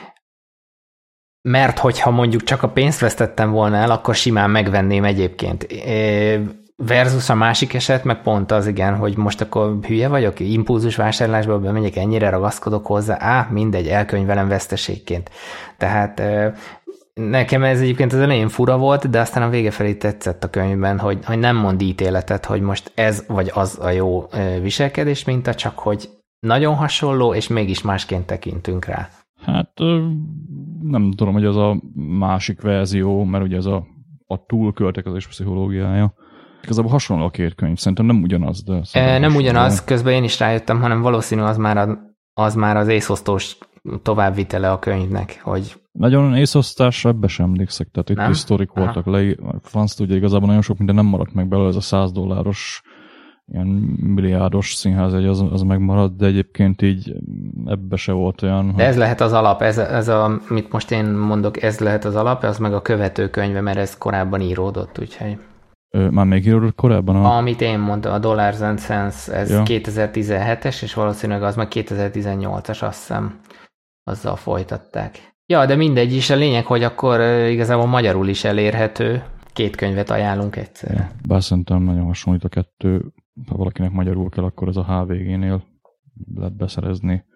mert hogyha mondjuk csak a pénzt vesztettem volna el, akkor simán megvenném egyébként. Versus a másik eset, meg pont az igen, hogy most akkor hülye vagyok, impulzus vásárlásból bemegyek, ennyire ragaszkodok hozzá, á, mindegy, elkönyvelem veszteségként. Tehát nekem ez egyébként az elején fura volt, de aztán a vége felé tetszett a könyvben, hogy, hogy nem mond ítéletet, hogy most ez vagy az a jó viselkedés minta, csak hogy nagyon hasonló, és mégis másként tekintünk rá. Hát nem tudom, hogy az a másik verzió, mert ugye ez a, a túlköltekezés pszichológiája. Igazából hasonló a két könyv, szerintem nem ugyanaz, de... E, nem ugyanaz, közben én is rájöttem, hanem valószínű az már, a, az már az észosztós továbbvitele a könyvnek, hogy... Nagyon észosztásra ebbe sem emlékszek, tehát itt historik voltak le, franc tudja, igazából nagyon sok minden nem maradt meg belőle, ez a száz dolláros, ilyen milliárdos színházegy, az, az megmaradt, de egyébként így ebbe se volt olyan... De hogy... ez lehet az alap, ez, ez a, mit most én mondok, ez lehet az alap, az meg a követőkönyve, mert ez korábban íródott, úgyhogy... Már még íródott korábban? A... Amit én mondtam, a Dollars and Cents, ez ja. kétezer-tizenhetes, és valószínűleg az meg kétezer-tizennyolcas, azt hiszem, azzal folytatták. Ja, de mindegy is, a lényeg, hogy akkor igazából magyarul is elérhető, két könyvet ajánlunk egyszerre. Ja, bár szerintem nagyon hasonlít a kettő, ha valakinek magyarul kell, akkor ez a há vé gé-nél lehet beszerezni.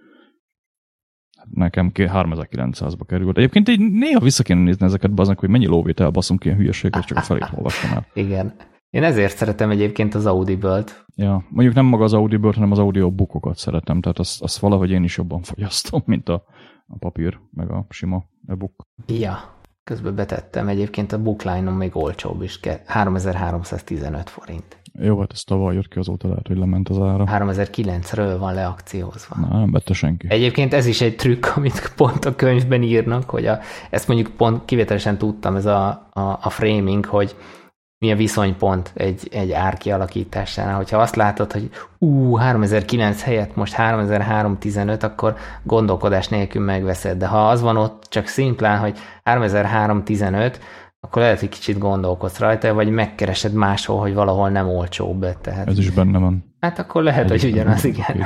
Nekem háromezer-kilencszázba került. Egyébként így néha vissza kéne nézni ezeket, baznak, hogy mennyi lóvét elbaszunk ilyen hülyeséget, csak a felét olvastam el. Igen. Én ezért szeretem egyébként az Audible-t. Ja, mondjuk nem maga az Audible-t, hanem az audiobookokat szeretem, tehát azt, azt valahogy én is jobban fogyasztom, mint a, a papír, meg a sima e-book. Ja, közben betettem egyébként a Bookline-on még olcsóbb is, háromezer-háromszáztizenöt forint. Jó, hát ez tavaly jött ki, azóta lehet, hogy lement az ára. háromezer-kilencről van leakciózva. Na, nem vette senki. Egyébként ez is egy trükk, amit pont a könyvben írnak, hogy a, ezt mondjuk pont kivételesen tudtam, ez a, a, a framing, hogy mi a viszonypont egy, egy ár kialakításánál. Hogyha azt látod, hogy ú, háromezer-kilenc helyett most háromezer-háromszáztizenöt, akkor gondolkodás nélkül megveszed. De ha az van ott csak szimplán, hogy háromezer-háromszáztizenöt, akkor lehet, hogy kicsit gondolkodsz rajta, vagy megkeresed máshol, hogy valahol nem olcsóbb. Tehát... Ez is benne van. Hát akkor lehet, ez hogy ugyanaz, igen.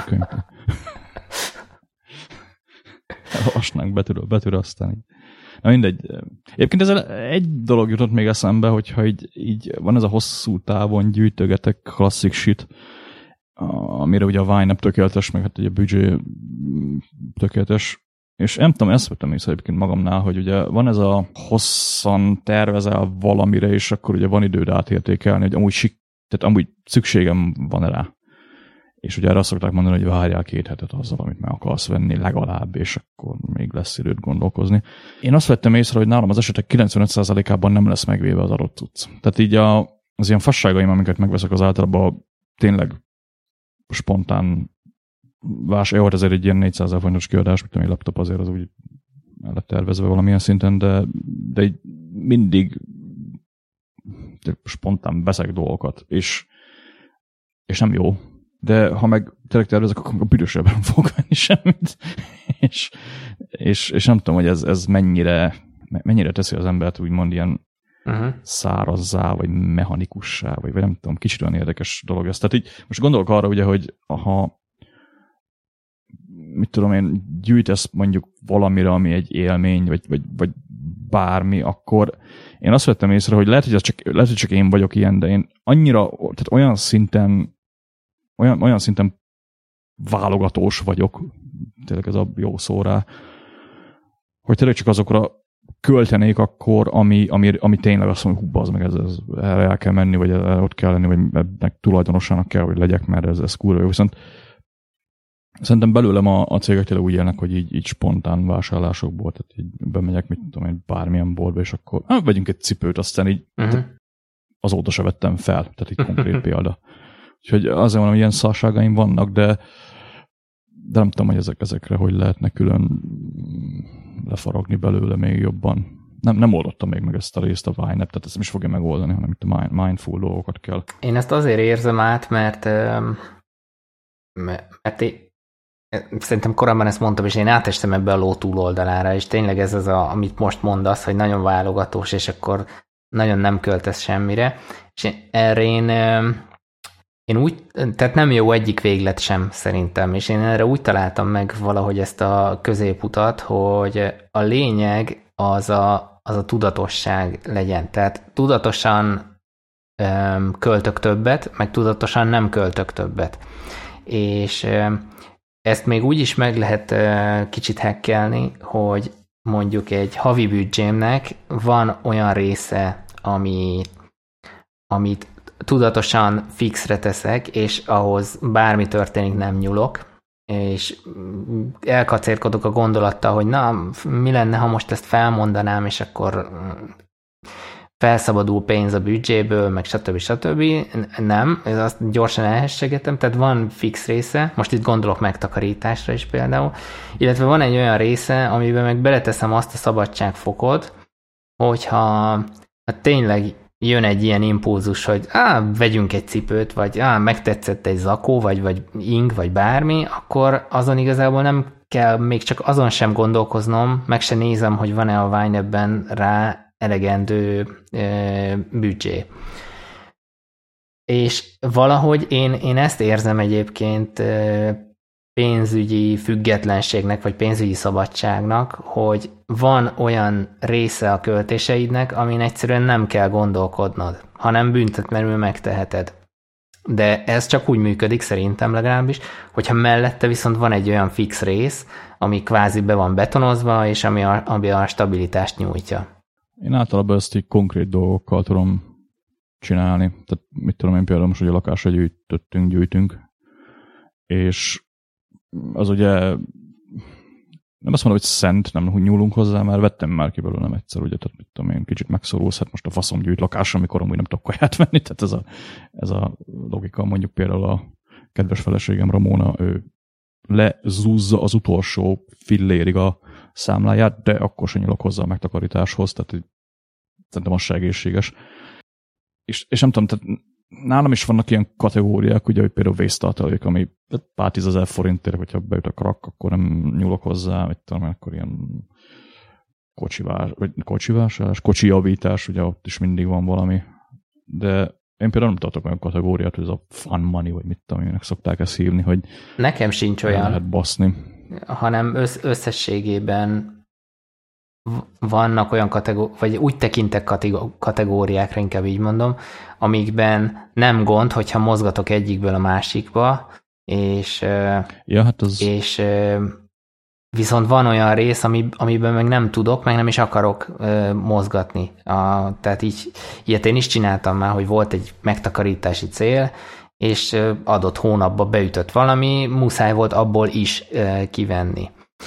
Olvasnánk betűről, betűről aztán. Na mindegy. Egyébként ezzel egy dolog jutott még eszembe, hogyha így, így van ez a hosszú távon gyűjtögetek klasszik shit, amire ugye a Vine tökéletes, meg hát ugye a büdzsé tökéletes. És nem tudom, ezt vettem észre egyébként magamnál, hogy ugye van ez a hosszan tervezel valamire, és akkor ugye van időd átértékelni, hogy amúgy, sik, tehát amúgy szükségem van rá. És ugye erre azt szokták mondani, hogy várjál két hetet azzal, amit meg akarsz venni legalább, és akkor még lesz időt gondolkozni. Én azt vettem észre, hogy nálam az esetek kilencvenöt százalékában nem lesz megvéve az adott cucc. Tehát így a, az ilyen fasságaim, amiket megveszek, az általában tényleg spontán vásárlás. Jó, ezért egy ilyen négyszázezer forintos kiadás, mint ami laptop azért az úgy el lett tervezve valamilyen szinten, de, de így mindig spontán veszek dolgokat, és, és nem jó. De ha meg tényleg tervezek, akkor a büdösebben nem fogok venni semmit. és, és, és nem tudom, hogy ez, ez mennyire, mennyire teszi az embert úgymond ilyen uh-huh. szárazzá, vagy mechanikussá, vagy, vagy nem tudom, kicsit olyan érdekes dolog ez. Tehát így most gondolok arra, ugye, hogy ha mit tudom én, gyűjtesz mondjuk valamire, ami egy élmény, vagy, vagy, vagy bármi, akkor én azt vettem észre, hogy lehet, hogy, az csak, lehet, hogy csak én vagyok ilyen, de én annyira, tehát olyan szinten olyan, olyan szinten válogatós vagyok, tényleg ez a jó szó rá, hogy tényleg csak azokra költenék akkor, ami, ami, ami tényleg azt mondja, hú, az meg ez, ez, erre el kell menni, vagy erre ott kell lenni, vagy ennek tulajdonosának kell, hogy legyek, mert ez, ez kurva jó. Viszont szerintem belőlem a, a cégek tényleg úgy élnek, hogy így, így spontán vásárlásokból, tehát így bemegyek, mit tudom én, bármilyen boltba, és akkor ah, vegyünk egy cipőt, aztán így, uh-huh. azóta se vettem fel. Tehát egy konkrét példa. Úgyhogy azért mondom, hogy ilyen szarságaim vannak, de, de nem tudom, hogy ezek, ezekre hogy lehetne külön lefaragni belőle még jobban. Nem, nem oldottam még meg ezt a részt a YNAB, tehát ezt nem is fogja megoldani, hanem itt a mindful dolgokat kell. Én ezt azért érzem át, mert, mert én, szerintem korábban ezt mondtam, és én átestem ebbe a ló túloldalára, és tényleg ez az, a, amit most mondasz, hogy nagyon válogatós, és akkor nagyon nem költesz semmire. És én, erre én, én úgy, tehát nem jó egyik véglet sem szerintem, és én erre úgy találtam meg valahogy ezt a középutat, hogy a lényeg az a, az a tudatosság legyen. Tehát tudatosan öm, költök többet, meg tudatosan nem költök többet. És öm, ezt még úgy is meg lehet öm, kicsit hackelni, hogy mondjuk egy havi büdzsémnek van olyan része, ami, amit tudatosan fixre teszek, és ahhoz bármi történik, nem nyúlok, és elkacérkodok a gondolattal, hogy na, mi lenne, ha most ezt felmondanám, és akkor felszabadul pénz a büdzséből, meg stb. stb. Nem, ez azt gyorsan elhessegetem, tehát van fix része, most itt gondolok megtakarításra is például, illetve van egy olyan része, amiben meg beleteszem azt a szabadságfokot, hogyha hát tényleg jön egy ilyen impulzus, hogy á, vegyünk egy cipőt, vagy á, megtetszett egy zakó, vagy, vagy ing, vagy bármi, akkor azon igazából nem kell még csak azon sem gondolkoznom, meg se nézem, hogy van-e a YNAB-ben rá elegendő e, büdzsé. És valahogy én, én ezt érzem egyébként e, pénzügyi függetlenségnek, vagy pénzügyi szabadságnak, hogy van olyan része a költéseidnek, amin egyszerűen nem kell gondolkodnod, hanem büntetlenül megteheted. De ez csak úgy működik, szerintem legalábbis, hogyha mellette viszont van egy olyan fix rész, ami kvázi be van betonozva, és ami a, ami a stabilitást nyújtja. Én általában ezt így konkrét dolgokkal tudom csinálni. Tehát mit tudom én például most, hogy a lakásra gyűjtöttünk, gyűjtünk, és az ugye nem azt mondom, hogy szent, nem hogy nyúlunk hozzá, már vettem már ki belőle nem egyszer, ugye, tehát mit tudom én, kicsit megszorulsz, hát most a faszom gyűjt lakásra, amikor amúgy nem tudok kaját venni, tehát ez a, ez a logika, mondjuk például a kedves feleségem Ramona, ő lezúzza az utolsó fillérig a számláját, de akkor sem nyúlok hozzá a megtakarításhoz, tehát szerintem az se egészséges. És, és nem tudom, tehát nálam is vannak ilyen kategóriák, ugye, hogy például vésztartalék, ami pár tízezer forintért, hogyha beüt a krak, akkor nem nyúlok hozzá, vagy talán akkor ilyen kocsivás, vagy kocsivásárlás, kocsi javítás, ugye ott is mindig van valami. De én például nem tartok olyan kategóriát, hogy ez a fun money, vagy mit tudom, aminek szokták ezt hívni, hogy nekem sincs olyan, lehet baszni. Hanem össz- összességében vannak olyan kategóriák, vagy úgy tekintek kategóriákra, inkább így mondom, amikben nem gond, hogyha mozgatok egyikből a másikba, és, ja, hát az... és viszont van olyan rész, ami, amiben meg nem tudok, meg nem is akarok mozgatni. A, tehát így, ilyet én is csináltam már, hogy volt egy megtakarítási cél, és adott hónapba beütött valami, muszáj volt abból is kivenni.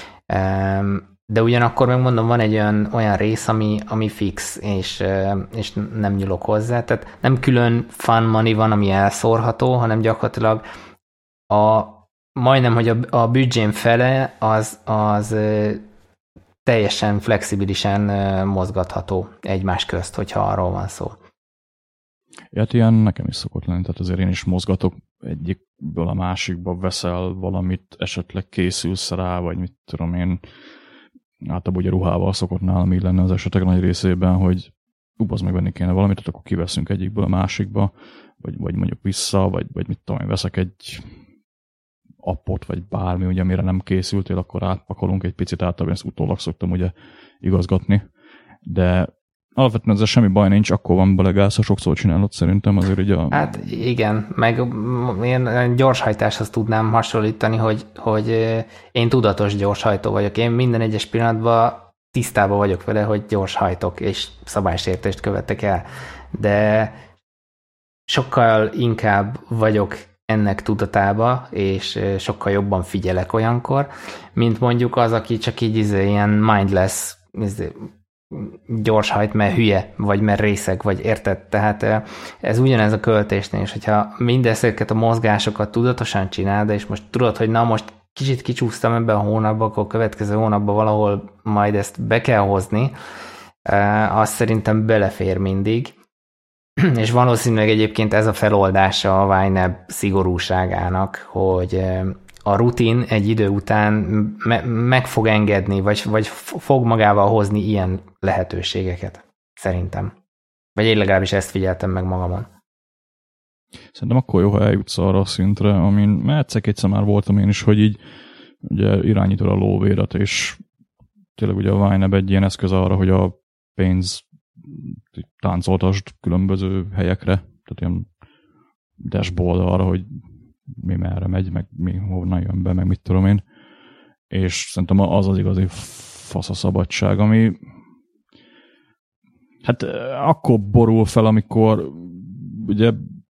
De ugyanakkor megmondom, van egy olyan, olyan rész, ami, ami fix, és, és nem nyúlok hozzá. Tehát nem külön fun money van, ami elszórható, hanem gyakorlatilag a, majdnem, hogy a, a büdzsém fele az, az teljesen flexibilisen mozgatható egymás közt, hogyha arról van szó. Hát ilyen nekem is szokott lenni, tehát azért én is mozgatok egyikből a másikba, veszel valamit, esetleg készülsz rá, vagy mit tudom én, általában ugye ruhával szokott nálam így lenni az esetek nagy részében, hogy ú, az megvenni kéne valamit, akkor kiveszünk egyikből a másikba, vagy, vagy mondjuk vissza, vagy, vagy mit tudom én, veszek egy appot, vagy bármi, ugye, amire nem készültél, akkor átpakolunk egy picit, általában ezt utólag szoktam ugye igazgatni, de alapvetően ezzel semmi baj nincs, akkor van belegász, ha sokszor csinálod szerintem azért ugye a... Hát igen, meg én gyorshajtáshoz tudnám hasonlítani, hogy, hogy én tudatos gyorshajtó vagyok. Én minden egyes pillanatban tisztában vagyok vele, hogy gyorshajtok, és szabálysértést követek el. De sokkal inkább vagyok ennek tudatába, és sokkal jobban figyelek olyankor, mint mondjuk az, aki csak így izé, ilyen mindless izé, gyorshajt, mert hülye, vagy mert részeg, vagy érted? Tehát ez ugyanez a költésnél, és hogyha mindezeket a mozgásokat tudatosan csinálod, és most tudod, hogy na most kicsit kicsúsztam ebben a hónapban, akkor a következő hónapban valahol majd ezt be kell hozni, azt szerintem belefér mindig, és valószínűleg egyébként ez a feloldása a YNAB szigorúságának, hogy a rutin egy idő után me- meg fog engedni, vagy, vagy fog magával hozni ilyen lehetőségeket, szerintem. Vagy én legalábbis ezt figyeltem meg magamon. Szerintem akkor jó, ha eljutsz arra a szintre, amin mert egyszer-kétszer már voltam én is, hogy így ugye irányítod a lóvérat, és tényleg ugye a YNAB egy ilyen eszköz arra, hogy a pénz táncoltasd különböző helyekre, tehát ilyen dashboard arra, hogy mi merre megy, meg mi honnan jön be, meg mit tudom én. És szerintem az az igazi fasz a szabadság, ami hát akkor borul fel, amikor ugye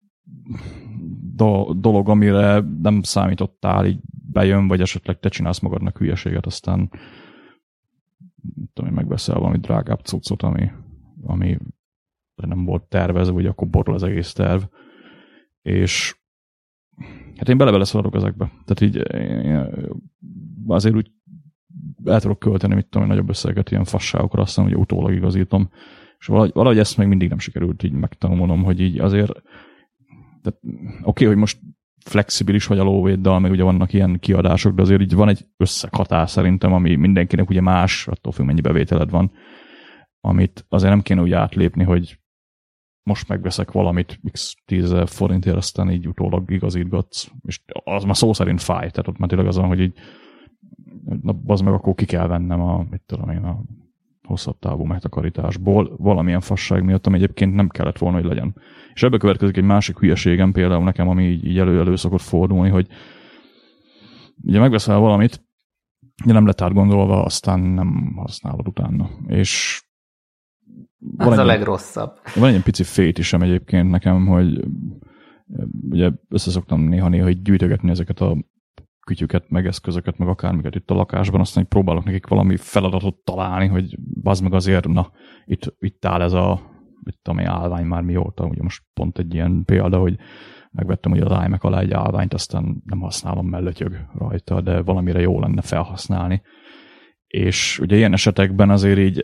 do, dolog, amire nem számítottál, így bejön, vagy esetleg te csinálsz magadnak hülyeséget, aztán tudom én, megveszel valami drágább cuccot, ami, ami nem volt tervezve, vagy akkor borul az egész terv. És hát én bele-bele szaladok ezekbe. Tehát így azért úgy el tudok költeni, mit tudom, nagyobb összeget ilyen fasságokra, aztán ugye utólag igazítom. És valahogy, valahogy ezt még mindig nem sikerült így megtanulnom, hogy így azért oké, okay, hogy most flexibilis vagy a lóvéddal, meg ugye vannak ilyen kiadások, de azért így van egy összeghatár szerintem, ami mindenkinek ugye más, attól függ, mennyi bevételed van, amit azért nem kéne úgy átlépni, hogy most megveszek valamit x tízezer forintért, aztán így utólag igazítgatsz, és az már szó szerint fáj, tehát ott már tényleg az van, hogy így na, az meg akkor ki kell vennem a, mit tudom én, a hosszabb távú megtakarításból valamilyen fasság miatt, ami egyébként nem kellett volna, hogy legyen. És ebből következik egy másik hülyeségem például nekem, ami így, így elő-elő szokott fordulni, hogy ugye megveszel valamit, ugye nem lett átgondolva, aztán nem használod utána. És az a legrosszabb. Van egy pici fétisem egyébként nekem, hogy ugye összeszoktam néha-néha így gyűjtögetni ezeket a kütyüket, meg eszközöket, meg akármiket itt a lakásban, aztán próbálok nekik valami feladatot találni, hogy bazd meg azért, na, itt, itt áll ez a mit tudom én, állvány már mióta, ugye most pont egy ilyen példa, hogy megvettem ugye az iMac alá egy állványt, aztán nem használom, mellötyög rajta, de valamire jó lenne felhasználni. És ugye ilyen esetekben azért így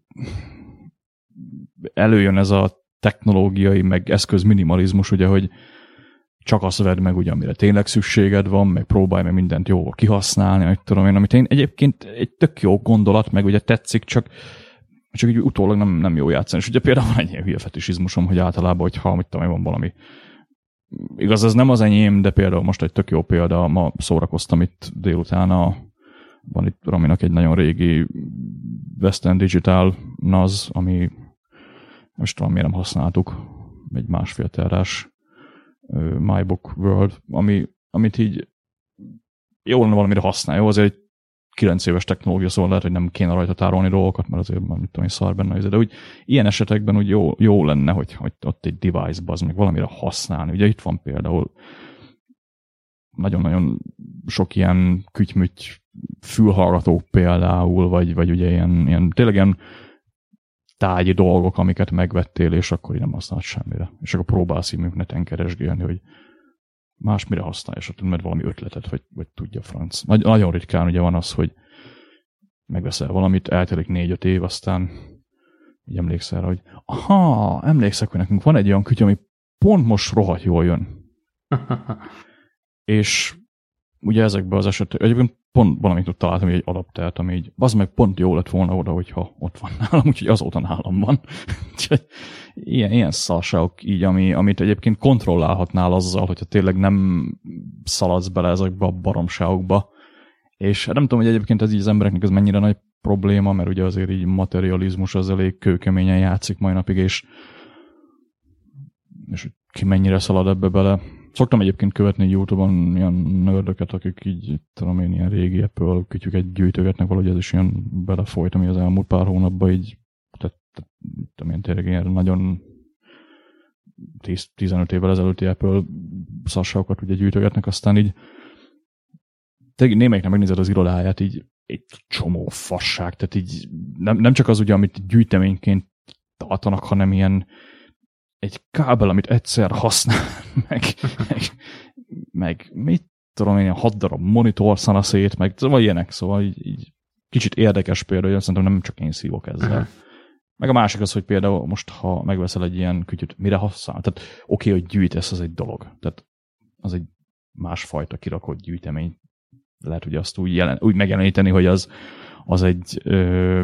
előjön ez a technológiai, meg eszköz minimalizmus, ugye, hogy csak azt vedd meg, ugye, amire tényleg szükséged van, meg próbálj meg mindent jól kihasználni, hogy tudom én, amit én egyébként egy tök jó gondolat, meg ugye tetszik, csak, csak így utólag nem, nem jó játszani. És ugye például van egy ilyen hülye fetisizmusom, hogy általában, hogyha mit tudom én, van valami. Igaz, ez nem az enyém, de például most egy tök jó példa, ma szórakoztam itt délután, a, van itt Raminak egy nagyon régi Western Digital naz, ami most tudom, miért nem használtuk, egy másfél terás uh, MyBook World, ami, amit így jó lenne valamire használni. Jó, azért egy kilenc éves technológia, szóval lehet, hogy nem kéne rajta tárolni dolgokat, mert azért már mit tudom, szar benne, de úgy ilyen esetekben úgy jó, jó lenne, hogy, hogy ott egy device-ba az meg valamire használni. Ugye itt van például nagyon-nagyon sok ilyen kütymüty fülhallgató például, vagy, vagy ugye ilyen, ilyen tényleg ilyen tárgyi dolgok, amiket megvettél, és akkor így nem használt semmire. És akkor próbálsz így neten keresgélni, hogy másmire használja, és mert valami ötletet, vagy, vagy tudja franc. Nagy, nagyon ritkán ugye van az, hogy megveszel valamit, eltelik négy-öt év, aztán így emlékszel rá, hogy aha, emlékszek, hogy nekünk van egy olyan kütyű, ami pont most rohadt jól jön. És ugye ezekben az esetek, egyébként pont valamit ott találtam, egy adaptert, ami így, az meg pont jó lett volna oda, hogyha ott van nálam, úgyhogy azóta nálam van. ilyen, ilyen szarságok így, ami, amit egyébként kontrollálhatnál azzal, hogyha tényleg nem szaladsz bele ezekbe a baromságokba. És nem tudom, hogy egyébként ez így az embereknek ez mennyire nagy probléma, mert ugye azért így materializmus az elég kőkeményen játszik mai napig, és, és ki mennyire szalad ebbe bele. Szoktam egyébként követni YouTube-on ilyen nördöket, akik így, tudom én, ilyen régi Apple kütyüket gyűjtögetnek, valahogy ez is ilyen belefolyt, ami az elmúlt pár hónapban így, tehát, tudom én, tényleg ilyen nagyon tíz-tizenöt évvel ezelőtti Apple szarságokat ugye gyűjtögetnek, aztán így némelyiknek megnézed az irodáját, így egy csomó fasság, tehát így nem, nem csak az ugye, amit gyűjteményként tartanak, hanem ilyen egy kábel, amit egyszer használ, meg, meg, meg mit tudom én, hat darab monitor szana szét, meg szóval ilyenek, szóval így, így kicsit érdekes például, hogy szerintem nem csak én szívok ezzel. Uh-huh. Meg a másik az, hogy például most, ha megveszel egy ilyen kütyüt, mire használ? Tehát oké, okay, hogy gyűjtesz, az egy dolog. Tehát az egy másfajta kirakott gyűjtemény. Lehet, hogy azt úgy, jelen, úgy megjeleníteni, hogy az, az egy ö,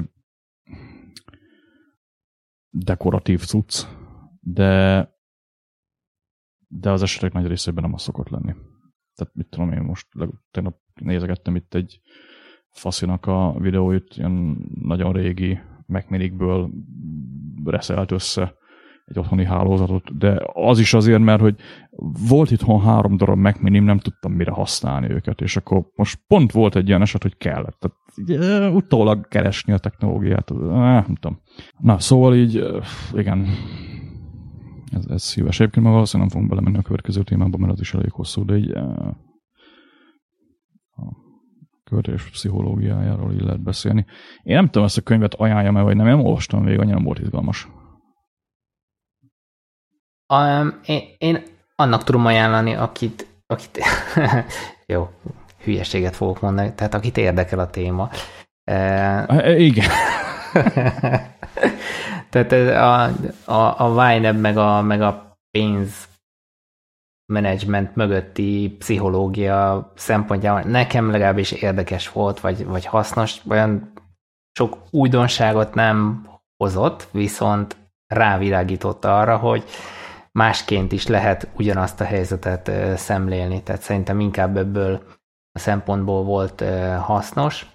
dekoratív cucc, de, de az esetek nagy részében nem az szokott lenni. Tehát mit tudom én most, tegnap nézegettem itt egy faszinak a videóit, ilyen nagyon régi Mac Minikből reszelt össze egy otthoni hálózatot, de az is azért, mert hogy volt itthon három darab Mac Minim, nem tudtam mire használni őket, és akkor most pont volt egy ilyen eset, hogy kellett. Tehát utólag keresni a technológiát, nem tudom. Na, szóval így, igen, ez, ez szíves. Egyébként már valószínűleg nem fogunk belemenni a következő témába, mert az is elég hosszú, de így a költés pszichológiájáról így lehet beszélni. Én nem tudom, ezt a könyvet ajánljam-e, vagy nem, én nem olvastam végig, annyira nem volt izgalmas. Um, én, én annak tudom ajánlani, akit, akit jó, hülyeséget fogok mondani, tehát akit érdekel a téma. Uh, igen. Tehát a, a, a Wineb meg a, meg a pénz menedzsment mögötti pszichológia szempontjából nekem legalábbis érdekes volt, vagy, vagy hasznos, olyan sok újdonságot nem hozott, viszont rávilágított arra, hogy másként is lehet ugyanazt a helyzetet szemlélni. Tehát szerintem inkább ebből a szempontból volt hasznos.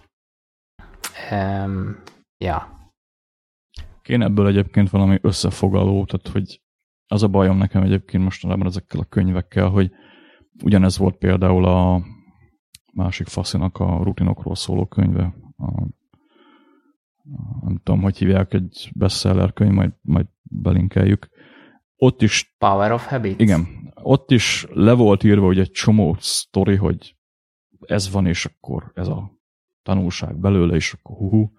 Um, ja. Kéne ebből egyébként valami összefoglaló, tehát hogy az a bajom nekem egyébként mostanában ezekkel a könyvekkel, hogy ugyanez volt például a másik faszinak a rutinokról szóló könyve. A, nem tudom, hogy hívják, egy bestseller könyv, majd, majd belinkeljük. Ott is... Power of Habits? Igen. Ott is le volt írva, hogy egy csomó sztori, hogy ez van, és akkor ez a tanulság belőle, és akkor hú-hú.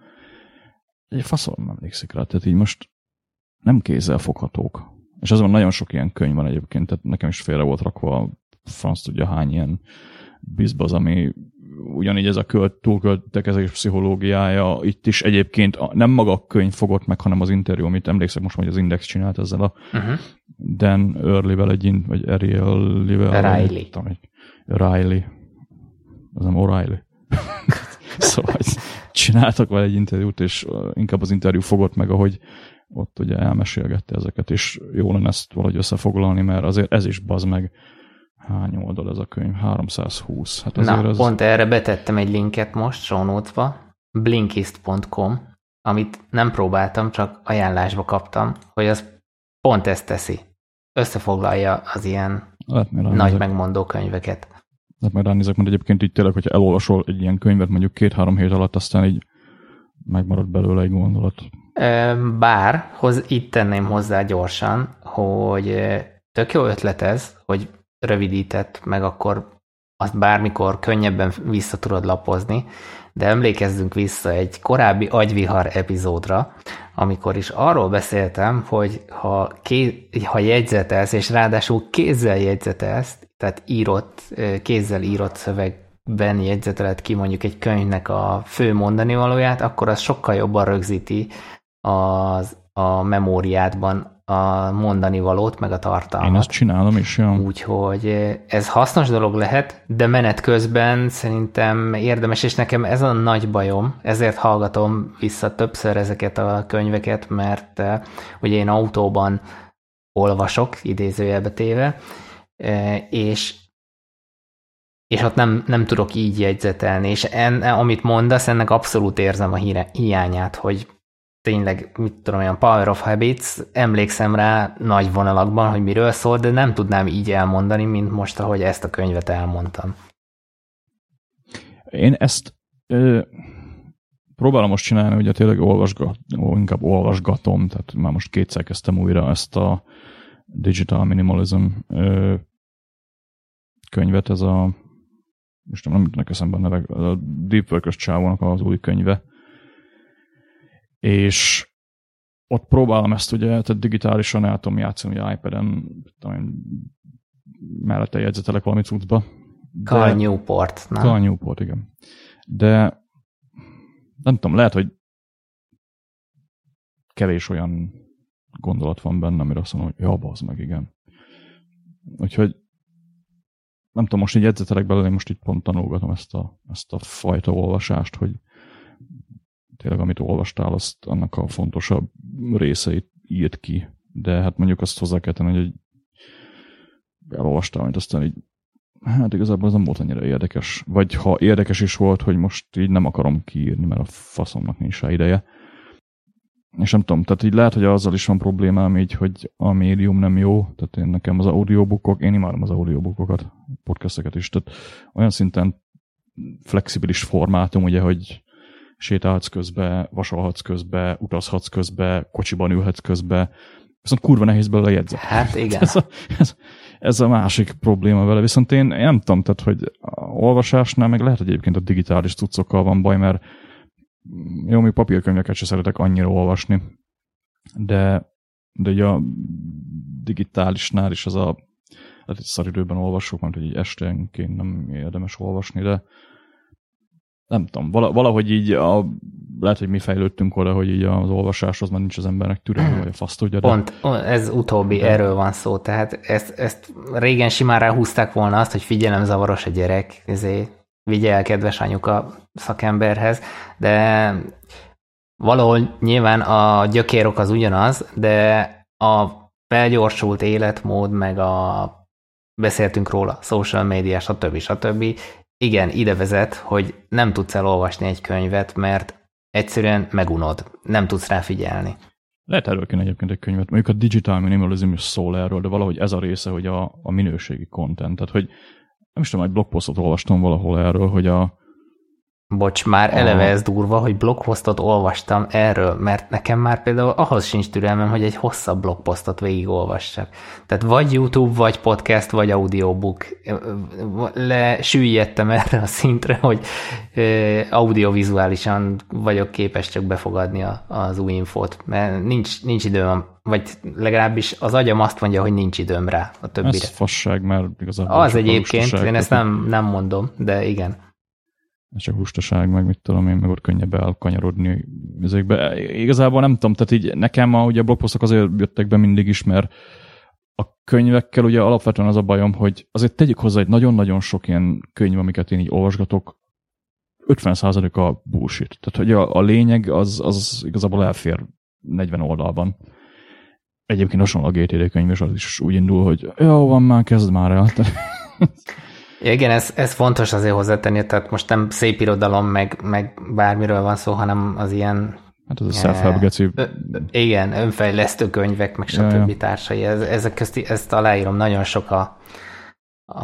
Egy faszom nem emlékszik rá, tehát így most nem kézzel foghatók. És azon nagyon sok ilyen könyv van egyébként, tehát nekem is félre volt rakva a franc tudja hány ilyen bizbaz, ami ugyanígy ez a költ, túlköltekezés pszichológiája, itt is egyébként nem maga a könyv fogott meg, hanem az interjú, amit emlékszek most, hogy az Index csinált ezzel a uh-huh. Dan Early-vel egy, vagy Ariely-vel. Riley. Riley. Az nem O'Reilly. Szóval csináltak vele egy interjút, és inkább az interjú fogott meg, ahogy ott ugye elmesélgette ezeket, és jó lenne ezt valahogy összefoglalni, mert azért ez is bazd meg. Hány oldal ez a könyv? háromszázhúsz. Hát Na, az... pont erre betettem egy linket most, show notes-ba, blinkist pont com, amit nem próbáltam, csak ajánlásba kaptam, hogy az pont ezt teszi. Összefoglalja az ilyen nagy megmondó könyveket. Hát majd ránézek, mert egyébként így tényleg, hogyha elolvasol egy ilyen könyvet mondjuk két-három hét alatt, aztán így megmarad belőle egy gondolat. Bár, hoz, itt tenném hozzá gyorsan, hogy tök jó ötlet ez, hogy rövidített, meg akkor azt bármikor könnyebben vissza tudod lapozni, de emlékezzünk vissza egy korábbi agyvihar epizódra, amikor is arról beszéltem, hogy ha, ké, ha jegyzetelsz, és ráadásul kézzel jegyzetelsz, tehát írott, kézzel írott szövegben jegyzeteled ki mondjuk egy könyvnek a fő mondani valóját, akkor az sokkal jobban rögzíti az, a memóriádban a mondani valót, meg a tartalmat. Én ezt csinálom is, jó. Úgyhogy ez hasznos dolog lehet, de menet közben szerintem érdemes, és nekem ez a nagy bajom, ezért hallgatom vissza többször ezeket a könyveket, mert uh, ugye én autóban olvasok, idézőjelbe téve, uh, és és ott nem, nem tudok így jegyzetelni, és en, amit mondasz, ennek abszolút érzem a híre, hiányát, hogy tényleg, mit tudom, olyan Power of Habits, emlékszem rá nagy vonalakban, hogy miről szól, de nem tudnám így elmondani, mint most, ahogy ezt a könyvet elmondtam. Én ezt ö, próbálom most csinálni, ugye tényleg olvasgat, inkább olvasgatom, tehát már most kétszer kezdtem újra ezt a Digital Minimalism ö, könyvet, ez a most nem tudnak eszembe a nevek, a Deep Work-ös csávónak az új könyve, és ott próbálom ezt ugye, tehát digitálisan el tudom játszani, ugye iPad-en talán mellette jegyzetelek valami cuccba. Cal Newport, nem? Cal Newport, igen. De nem tudom, lehet, hogy kevés olyan gondolat van benne, amire azt mondom, hogy ja, bazd meg, igen. Úgyhogy nem tudom, most így jegyzetelek belőle, én most így pont tanulgatom ezt a, ezt a fajta olvasást, hogy tényleg amit olvastál, azt annak a fontosabb részeit írt ki. De hát mondjuk azt hozzá kell tenni, hogy elolvastál, amit aztán így hát igazából ez nem volt annyira érdekes. Vagy ha érdekes is volt, hogy most így nem akarom kiírni, mert a faszomnak nincs rá ideje. És nem tudom, tehát így lehet, hogy azzal is van problémám így, hogy a médium nem jó, tehát én nekem az audiobookok, én imádom az audiobookokat, podcasteket is, tehát olyan szinten flexibilis formátum, ugye, hogy sétálhatsz közbe, vasalhatsz közbe, utazhatsz közbe, kocsiban ülhetsz közbe, viszont kurva nehéz belőle jegyzet. Hát igen. Ez a, ez, ez a másik probléma vele, viszont én, én nem tudom, tehát, hogy a olvasásnál meg lehet, hogy egyébként a digitális cuccokkal van baj, mert jó, még papírkönyveket sem szeretek annyira olvasni, de, de ugye a digitálisnál is az a hát egy szaridőben olvasok, mert hogy így esténként nem érdemes olvasni, de nem tudom, valahogy így a, lehet, hogy mi fejlődtünk oda, hogy így az olvasáshoz már nincs az embernek türelme, vagy a fasz tudja. De... Pont, ez utóbbi, de... erről van szó, tehát ezt, ezt régen simán ráhúzták volna azt, hogy figyelemzavaros a gyerek, ezért vigye el kedves anyuka szakemberhez, de valahol nyilván a gyökérok az ugyanaz, de a felgyorsult életmód, meg a beszéltünk róla, social media, stb. stb. Igen, ide vezet, hogy nem tudsz elolvasni egy könyvet, mert egyszerűen megunod, nem tudsz rá figyelni. Lehet erről kéne egyébként egy könyvet, mondjuk a digital minimalism is szól erről, de valahogy ez a része, hogy a, a minőségi content, tehát hogy nem is tudom, egy blogposztot olvastam valahol erről, hogy a... Bocs, már eleve ez durva, hogy blogposztot olvastam erről, mert nekem már például ahhoz sincs türelmem, hogy egy hosszabb blogposztot végigolvassak. Tehát vagy YouTube, vagy podcast, vagy audiobook. Lesüllyedtem erre a szintre, hogy audiovizuálisan vagyok képes csak befogadni az új infót, mert nincs, nincs időm, vagy legalábbis az agyam azt mondja, hogy nincs időm rá a többire. Ez fasság, mert igazából... Az egyébként, én ezt nem, nem mondom, de igen. Ez csak lustaság, meg mit tudom én, meg ott könnyebb elkanyarodni ezekbe. Igazából nem tudom, tehát így nekem a, ugye a blogposztok azért jöttek be mindig is, mert a könyvekkel ugye alapvetően az a bajom, hogy azért tegyük hozzá, hogy nagyon-nagyon sok ilyen könyv, amiket én így olvasgatok, ötven százalék a bullshit. Tehát, hogy a, a lényeg az, az igazából elfér negyven oldalban. Egyébként hasonló a gé té dé könyv, és az is úgy indul, hogy jó, van már, kezd már el. Ja, igen, ez, ez fontos azért hozzátenni, tehát most nem szép irodalom, meg, meg bármiről van szó, hanem az ilyen... Hát ez a self-help geci. Igen, önfejlesztő könyvek, meg stb. Ja, ja. társai. Ez, ezek közti, ezt aláírom, nagyon sok a a,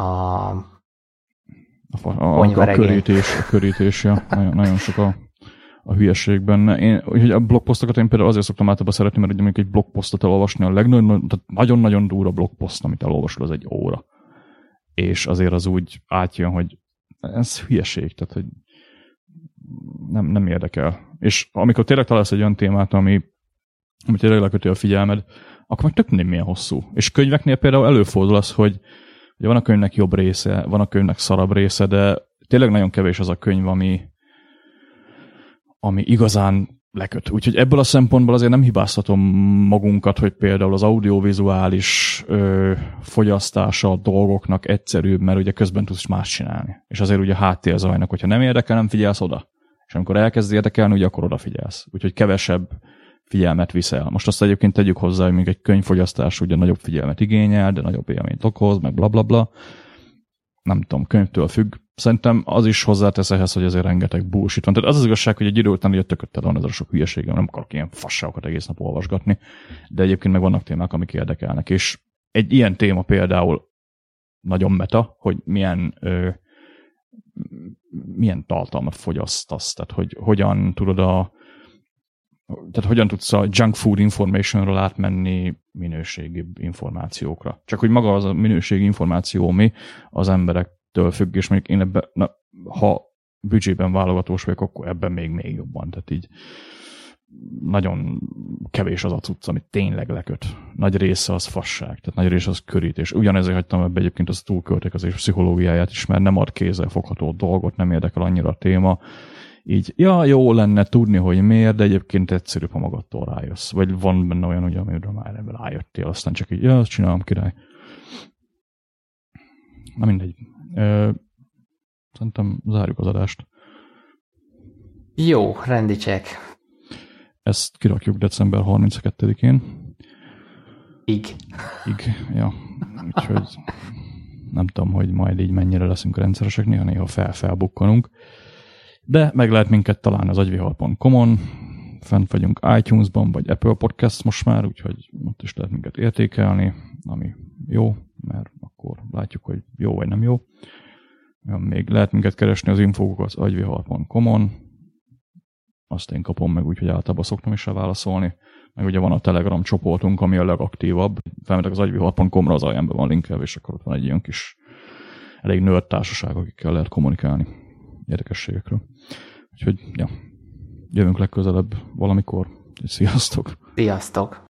a, a, a körítés, a körítés, ja. nagyon, nagyon sok a, a hülyeség benne. Én, hogy a blogposztokat én például azért szoktam általában szeretni, mert mondjuk egy blogposztot elolvasni, a legnagyobb, tehát nagyon-nagyon durva blogposzt, amit elolvasol, az egy óra. És azért az úgy átjön, hogy ez hülyeség, tehát hogy nem, nem érdekel. És amikor tényleg találsz egy olyan témát, ami, ami tényleg leköti a figyelmed, akkor meg tök nem milyen hosszú. És könyveknél például előfordul az, hogy ugye van a könyvnek jobb része, van a könyvnek szarabb része, de tényleg nagyon kevés az a könyv, ami, ami igazán leköt. Úgyhogy ebből a szempontból azért nem hibáztatom magunkat, hogy például az audiovizuális ö, fogyasztása a dolgoknak egyszerűbb, mert ugye közben tudsz más csinálni. És azért ugye háttérzajnak, hogyha nem érdekel, nem figyelsz oda. És amikor elkezd érdekelni, ugye akkor odafigyelsz. Úgyhogy kevesebb figyelmet viszel. Most azt egyébként tegyük hozzá, hogy még egy könyvfogyasztás ugye nagyobb figyelmet igényel, de nagyobb élményt okoz, meg blablabla. Bla, bla. Nem tudom, könyvtől függ. Szerintem az is hozzátesz ehhez, hogy azért rengeteg bullshit van. Tehát az az igazság, hogy egy idő után tököttel van ez a sok hülyeségem, nem akarok ilyen fasságokat egész nap olvasgatni, de egyébként meg vannak témák, amik érdekelnek. És egy ilyen téma például nagyon meta, hogy milyen, ö, milyen tartalmat fogyasztasz, tehát hogy hogyan tudod a tehát hogyan tudsz a junk food informationról átmenni minőségi információkra. Csak hogy maga az a minőségi információ, mi az emberek ettől függ, és mondjuk én ebben, na, ha büdzsében válogatós vagyok, akkor ebben még, még jobban. Tehát így nagyon kevés az a cucc, amit tényleg leköt. Nagy része az fasság, tehát nagy része az körítés. Ugyanezért hagytam ebbe egyébként az túlköltekezés pszichológiáját is, mert nem ad kézzel fogható dolgot, nem érdekel annyira a téma. Így, ja, jó lenne tudni, hogy miért, de egyébként egyszerűbb, ha magadtól rájössz. Vagy van benne olyan, ugye, amire már rájöttél, aztán csak így, ja, azt csinálom, király. Na mindegy. Ö, szerintem zárjuk az adást. Jó, rendi check. Ezt kirakjuk december harminckettedikén. Ig. Ig, ja. Úgyhogy nem tudom, hogy majd így mennyire leszünk rendszeresek, néha-néha fel-felbukkanunk. De meg lehet minket találni az agyvihar pont com-on, fent vagyunk iTunes-ban, vagy Apple Podcast most már, úgyhogy ott is lehet minket értékelni, ami jó, mert akkor látjuk, hogy jó vagy nem jó. Még lehet minket keresni az infók az agyvihar pont com-on, azt én kapom meg, úgyhogy általában szoktam is válaszolni. Meg ugye van a Telegram csoportunk, ami a legaktívabb. Felmetek az agyvihar pont com-ra, az aljánban van linkelve, és akkor ott van egy ilyen kis elég nerd társaság, akikkel lehet kommunikálni érdekességekről. Úgyhogy, ja, jövünk legközelebb valamikor. Sziasztok! Sziasztok!